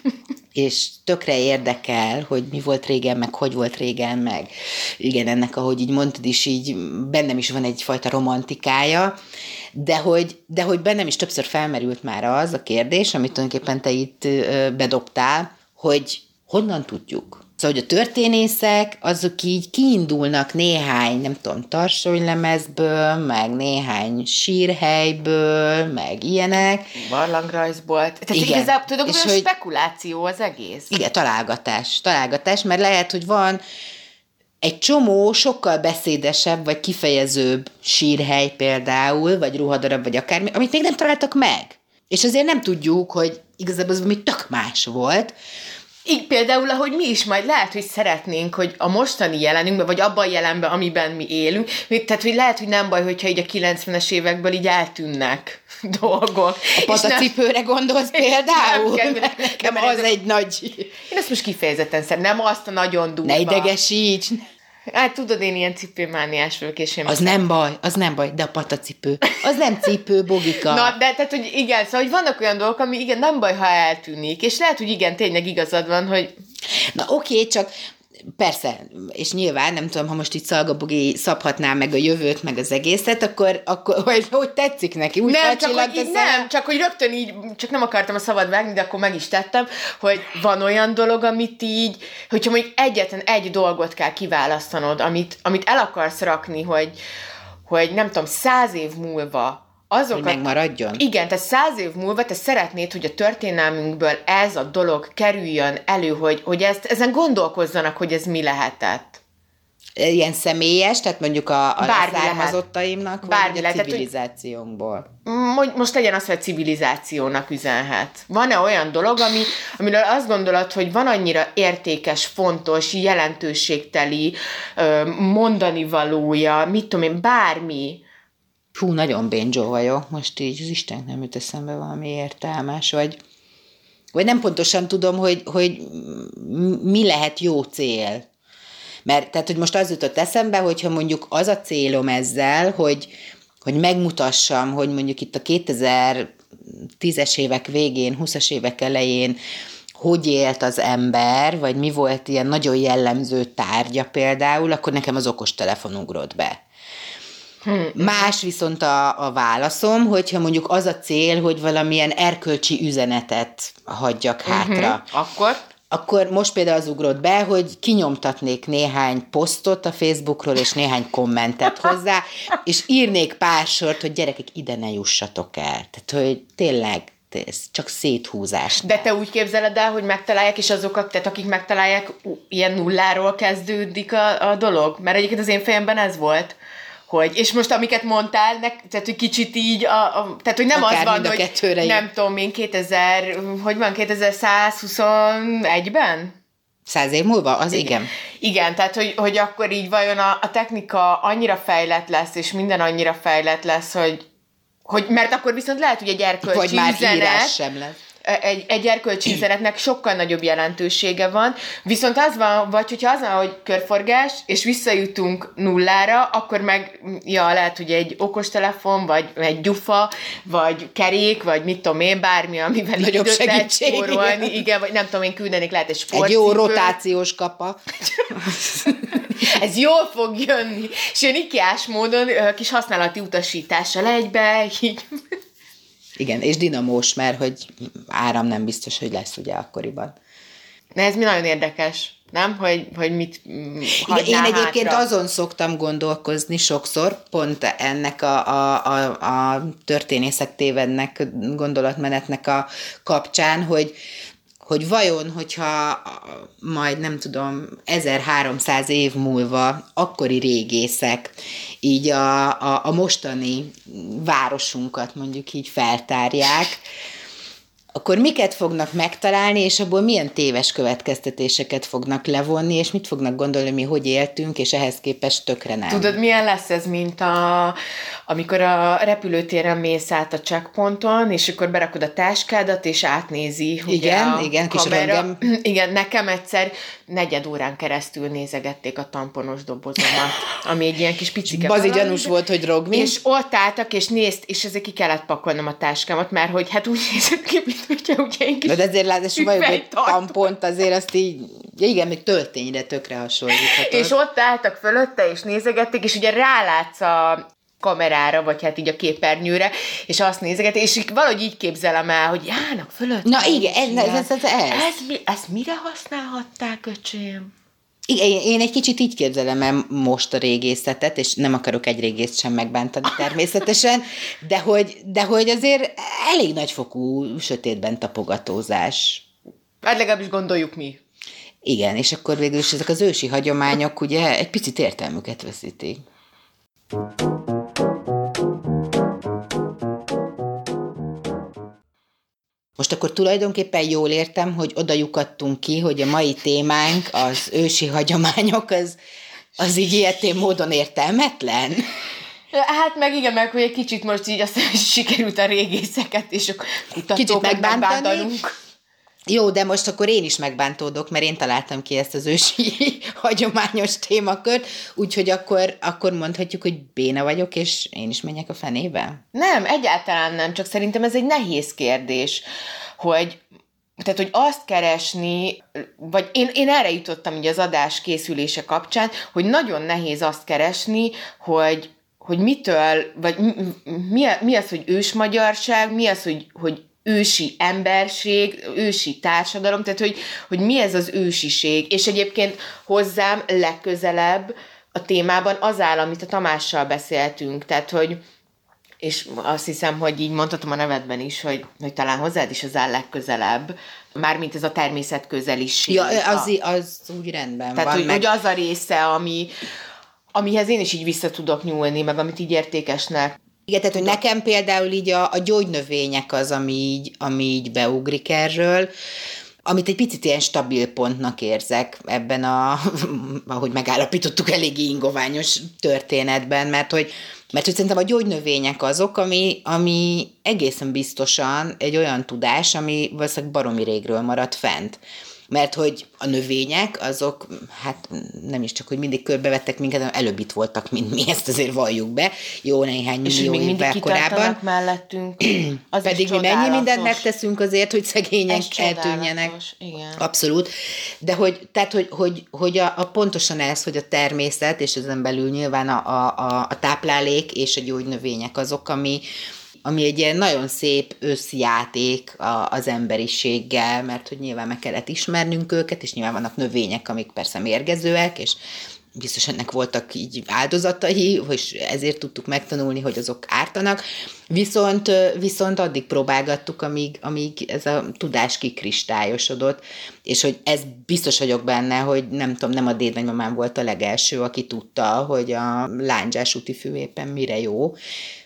és tökre érdekel, hogy mi volt régen, meg hogy volt régen, meg igen, ennek, ahogy így mondtad is, így bennem is van egyfajta romantikája, de hogy bennem is többször felmerült már az a kérdés, amit tulajdonképpen te itt bedobtál, hogy honnan tudjuk. Szóval, hogy a történészek, azok így kiindulnak néhány, nem tudom, tarsolylemezből, meg néhány sírhelyből, meg ilyenek. Barlangrajzból. Tehát igazából tudok, hogy a spekuláció az egész. Igen, találgatás, mert lehet, hogy van egy csomó sokkal beszédesebb, vagy kifejezőbb sírhely például, vagy ruhadarab, vagy akármi, amit még nem találtak meg. És azért nem tudjuk, hogy igazából az valami tök más volt. Így például, ahogy mi is majd lehet, hogy szeretnénk, hogy a mostani jelenünkben, vagy abban a jelenben, amiben mi élünk, tehát, hogy lehet, hogy nem baj, hogyha így a 90-es évekből így eltűnnek dolgok. A patacipőre gondolsz például? Nekem az egy nagy... Én ezt most kifejezetten nem azt a nagyon durva. Ne idegesíts! Hát tudod, én ilyen cipőmániás vagyok, és én... Az nem baj, de a patacipő. Az nem cipő, Bogika. Na, de tehát, hogy igen, szóval, hogy vannak olyan dolgok, ami igen, nem baj, ha eltűnik, és lehet, hogy igen, tényleg igazad van, hogy... Na oké, csak persze, és nyilván, nem tudom, ha most itt Szalga Bogi szabhatná meg a jövőt, meg az egészet, akkor hogy tetszik neki? Úgy nem, csak hogy rögtön így, csak nem akartam a szabad vágni, de akkor meg is tettem, hogy van olyan dolog, amit így, hogyha mondjuk egyetlen egy dolgot kell kiválasztanod, amit el akarsz rakni, hogy nem tudom, 100 év múlva azokat... Hogy megmaradjon? Igen, tehát 100 év múlva te szeretnéd, hogy a történelmünkből ez a dolog kerüljön elő, hogy ezen gondolkozzanak, hogy ez mi lehetett. Ilyen személyes, tehát mondjuk a leszármazottaimnak, vagy a civilizációnkból? Most legyen az, hogy a civilizációnak üzenhet. Van-e olyan dolog, amiről azt gondolod, hogy van annyira értékes, fontos, jelentőségteli mondani valója, mit tudom én, bármi? Hú, nagyon bénzsó vagyok. Most így az Isten nem jut eszembe valami értelmes, vagy nem pontosan tudom, hogy mi lehet jó cél. Mert tehát, hogy most az jutott eszembe, hogyha mondjuk az a célom ezzel, hogy megmutassam, hogy mondjuk itt a 2010-es évek végén, 20-as évek elején hogy élt az ember, vagy mi volt ilyen nagyon jellemző tárgya például, akkor nekem az okostelefon ugrott be. Más viszont a válaszom, hogyha mondjuk az a cél, hogy valamilyen erkölcsi üzenetet hagyjak hátra. Akkor most például az ugrott be, hogy kinyomtatnék néhány posztot a Facebookról, és néhány kommentet hozzá, és írnék pár sort, hogy gyerekek, ide ne jussatok el. Tehát, hogy tényleg, ez csak széthúzás. De te úgy képzeled el, hogy megtalálják, és azok, tehát akik megtalálják, ilyen nulláról kezdődik a dolog? Mert egyébként az én fejemben ez volt. És most amiket mondtál, tehát hogy kicsit így, tehát hogy nem akár az van, hogy nem tudom én 2121-ben? 100 év múlva? Az igen. Igen, tehát hogy akkor így vajon a technika annyira fejlett lesz, és minden annyira fejlett lesz, hogy mert akkor viszont lehet, hogy egy erkölcsi vagy már írás sem lesz. Egy erkölcsi üzenetnek sokkal nagyobb jelentősége van, viszont az van, vagy hogyha az van, hogy körforgás, és visszajutunk nullára, akkor meg, lehet, hogy egy okostelefon, vagy egy gyufa, vagy kerék, vagy mit tudom én, bármi, amivel nagyobb időt lehet spórolni, igen, vagy nem tudom én, küldenék, lehet egy sportcipő. Egy jó rotációs kapa. Ez jól fog jönni. És jön IKEA-s módon kis használati utasítással egybe, így... Igen, és dinamós, mert hogy áram nem biztos, hogy lesz ugye akkoriban. De ez mi nagyon érdekes, nem? Hogy mit igen, én egyébként azon szoktam gondolkozni sokszor, pont ennek a történészek tévednek gondolatmenetnek a kapcsán, hogy vajon, hogyha majd nem tudom, 1300 év múlva akkori régészek így a mostani városunkat mondjuk így feltárják, akkor miket fognak megtalálni, és abból milyen téves következtetéseket fognak levonni, és mit fognak gondolni, mi hogy éltünk, és ehhez képest tökre nem. Tudod, milyen lesz ez, mint amikor a repülőtéren mész át a checkpointon, és akkor berakod a táskádat, és átnézi, igen, kis kamera. Igen, nekem egyszer 4 órán keresztül nézegették a tamponos dobozomat, ami egy ilyen kis picike. Bazi gyanús volt, hogy rogmi. És ott álltak, és és ezért ki kellett pakolnom a táskámat, mert hogy hát úgy nézett ki, hogyha ugye egy kis de ezért látás, vagy egy tampont azért azt így, igen, még töltényre tökre hasonlíthatod. És ott álltak fölötte, és nézegették, és ugye rálátsz a kamerára, vagy hát így a képernyőre, és azt nézeget, és valahogy így képzelem el, hogy járnak fölött. Na igen, ezt mire használhatták, öcsém? Igen, én egy kicsit így képzelem el most a régészetet, és nem akarok egy régészt sem megbántani természetesen, de hogy azért elég nagyfokú sötétben tapogatózás. Hát legalábbis gondoljuk mi. Igen, és akkor végül is ezek az ősi hagyományok ugye egy picit értelmüket veszítik. Most akkor tulajdonképpen jól értem, hogy oda lyukadtunk ki, hogy a mai témánk, az ősi hagyományok, az így ilyetén módon értelmetlen? Hát meg igen, meg hogy egy kicsit most így aztán sikerült a régészeket, és a kutatókat megbántanunk. Jó, de most akkor én is megbántódok, mert én találtam ki ezt az ősi hagyományos témakört, úgyhogy akkor mondhatjuk, hogy béna vagyok, és én is menjek a fenébe? Nem, egyáltalán nem, csak szerintem ez egy nehéz kérdés, hogy azt keresni, vagy én erre jutottam így az adás készülése kapcsán, hogy nagyon nehéz azt keresni, hogy mitől, vagy mi az, hogy ősmagyarság, mi az, hogy ősi emberség, ősi társadalom, tehát hogy mi ez az ősiség, és egyébként hozzám legközelebb a témában az áll, amit a Tamással beszéltünk, tehát hogy és azt hiszem, hogy így mondhatom a nevedben is, hogy talán hozzád is az áll legközelebb, mármint ez a természetközeliség. Ja, az úgy rendben tehát, van. hogy az a része, amihez én is így vissza tudok nyúlni, meg amit így értékesnek. Igen, tehát, hogy nekem például így a gyógynövények az, ami így beugrik erről, amit egy picit ilyen stabil pontnak érzek ebben ahogy megállapítottuk, eléggé ingoványos történetben, mert hogy szerintem a gyógynövények azok, ami egészen biztosan egy olyan tudás, ami valószínűleg baromi régről maradt fent. Mert hogy a növények, azok, hát nem is csak, hogy mindig körbevettek minket, hanem előbb itt voltak, mint mi, ezt azért valljuk be, jó néhány millió évvel korábban. Mellettünk. Pedig mi mennyi mindent megteszünk azért, hogy szegények eltűnjenek. Igen. Abszolút. De hogy pontosan ez, hogy a természet, és ezen belül nyilván a táplálék és a gyógynövények azok, ami egy ilyen nagyon szép összjáték az emberiséggel, mert hogy nyilván meg kellett ismernünk őket, és nyilván vannak növények, amik persze mérgezőek, és biztos ennek voltak így áldozatai, és ezért tudtuk megtanulni, hogy azok ártanak, viszont addig próbálgattuk, amíg ez a tudás kikristályosodott, és hogy ez biztos vagyok benne, hogy nem tudom, nem a dédnagymamám volt a legelső, aki tudta, hogy a lándzsás útifű éppen mire jó,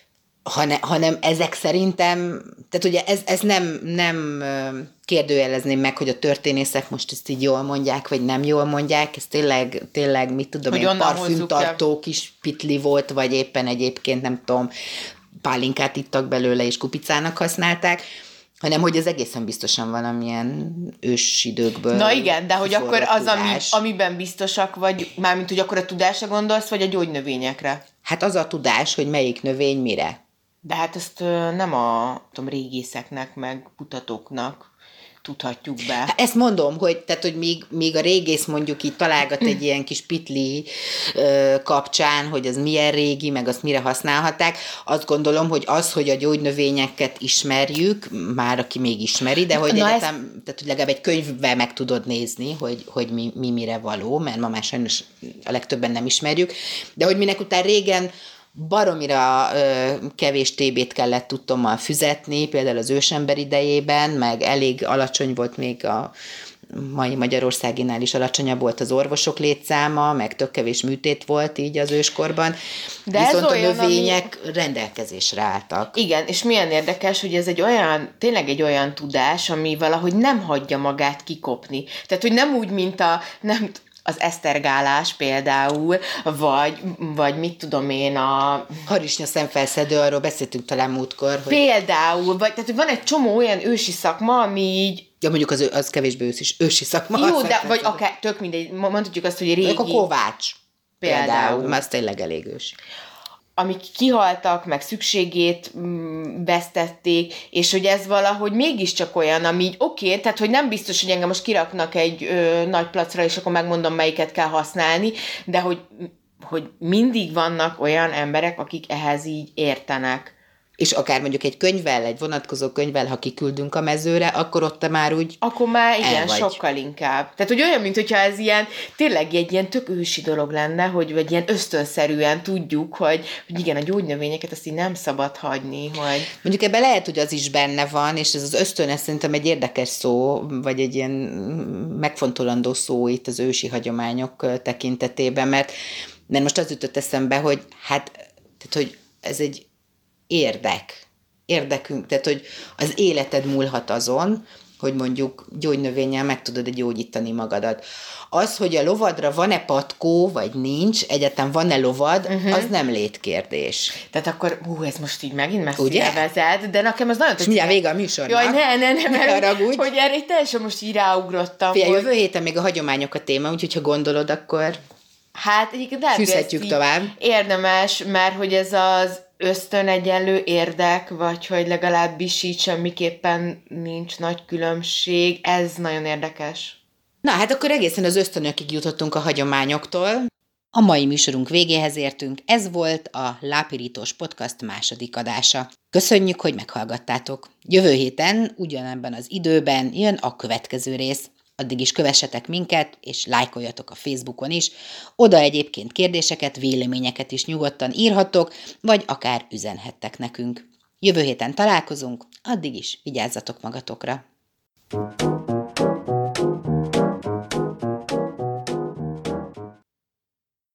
hanem ezek szerintem, tehát ugye ez nem kérdőjelezném meg, hogy a történészek most ezt így jól mondják, vagy nem jól mondják, ez tényleg mit tudom én, parfümtartó kis pitli volt, vagy éppen egyébként nem tudom, pálinkát ittak belőle, és kupicának használták, hanem hogy ez egészen biztosan valamilyen ősidőkből. Na igen, de hogy akkor az, amiben biztosak vagy, mármint hogy akkor a tudásra gondolsz, vagy a gyógynövényekre? Hát az a tudás, hogy melyik növény mire. De hát ezt nem a régészeknek, meg kutatóknak tudhatjuk be. Hát ezt mondom, hogy míg a régész mondjuk így találgat egy ilyen kis pitli kapcsán, hogy az milyen régi, meg azt mire használhatták, azt gondolom, hogy a gyógynövényeket ismerjük, már aki még ismeri, de hogy tehát, hogy legalább egy könyvben meg tudod nézni, hogy mi mire való, mert ma már sajnos a legtöbben nem ismerjük, de hogy minek után régen baromira kevés TB-t kellett tudtommal füzetni, például az ősember idejében, meg elég alacsony volt még a mai Magyarországinál is alacsonyabb volt az orvosok létszáma, meg tök kevés műtét volt így az őskorban, de viszont a növények rendelkezésre álltak. Igen, és milyen érdekes, hogy ez tényleg egy olyan tudás, ami valahogy nem hagyja magát kikopni. Tehát, hogy nem úgy, mint az esztergálás például, vagy mit tudom én, a... Harisnya szemfelszedő, arról beszéltünk talán múltkor. Hogy... Például, tehát hogy van egy csomó olyan ősi szakma, ami így... Ja, mondjuk az kevésbé ősi szakma. Jó, de vagy akár tök mindegy, mondhatjuk azt, hogy régi... A kovács például, mert az tényleg elég ősi. Amik kihaltak, meg szükségét vesztették, és hogy ez valahogy mégiscsak olyan, ami így oké, tehát hogy nem biztos, hogy engem most kiraknak egy nagy placra, és akkor megmondom, melyiket kell használni, de hogy mindig vannak olyan emberek, akik ehhez így értenek. És akár mondjuk egy könyvvel, egy vonatkozó könyvvel, ha kiküldünk a mezőre, akkor ott már úgy akkor már igen, sokkal inkább. Tehát, hogy olyan, mintha ez ilyen, tényleg egy ilyen tök ősi dolog lenne, vagy ilyen ösztönszerűen tudjuk, hogy igen, a gyógynövényeket azt így nem szabad hagyni, hogy... Mondjuk ebben lehet, hogy az is benne van, és ez az ösztön, ez szerintem egy érdekes szó, vagy egy ilyen megfontolandó szó itt az ősi hagyományok tekintetében, mert most az jutott eszembe, hogy tehát, hogy ez egy érdekünk, tehát, hogy az életed múlhat azon, hogy mondjuk gyógynövénnyel meg tudod gyógyítani magadat. Az, hogy a lovadra van-e patkó, vagy nincs, egyáltalán van-e lovad, az nem létkérdés. Tehát akkor, ez most így megint messzire vezet, de nekem az nagyon tetszik. Mindjárt vége a műsornak. Jaj, ne, hogy erre teljesen most így ráugrottam. Figyelj, jövő héten még a hagyományok a téma, úgyhogy ha gondolod, akkor fűzhetjük tovább. Érdemes, mert hogy ez az ösztön egyenlő érdek, vagy hogy legalábbis így semmiképpen nincs nagy különbség, ez nagyon érdekes. Na hát akkor egészen az ösztönökig jutottunk a hagyományoktól. A mai műsorunk végéhez értünk, ez volt a Lápirítós Podcast második adása. Köszönjük, hogy meghallgattátok. Jövő héten, ugyanebben az időben jön a következő rész. Addig is kövessetek minket, és lájkoljatok a Facebookon is. Oda egyébként kérdéseket, véleményeket is nyugodtan írhattok, vagy akár üzenhettek nekünk. Jövő héten találkozunk, addig is vigyázzatok magatokra!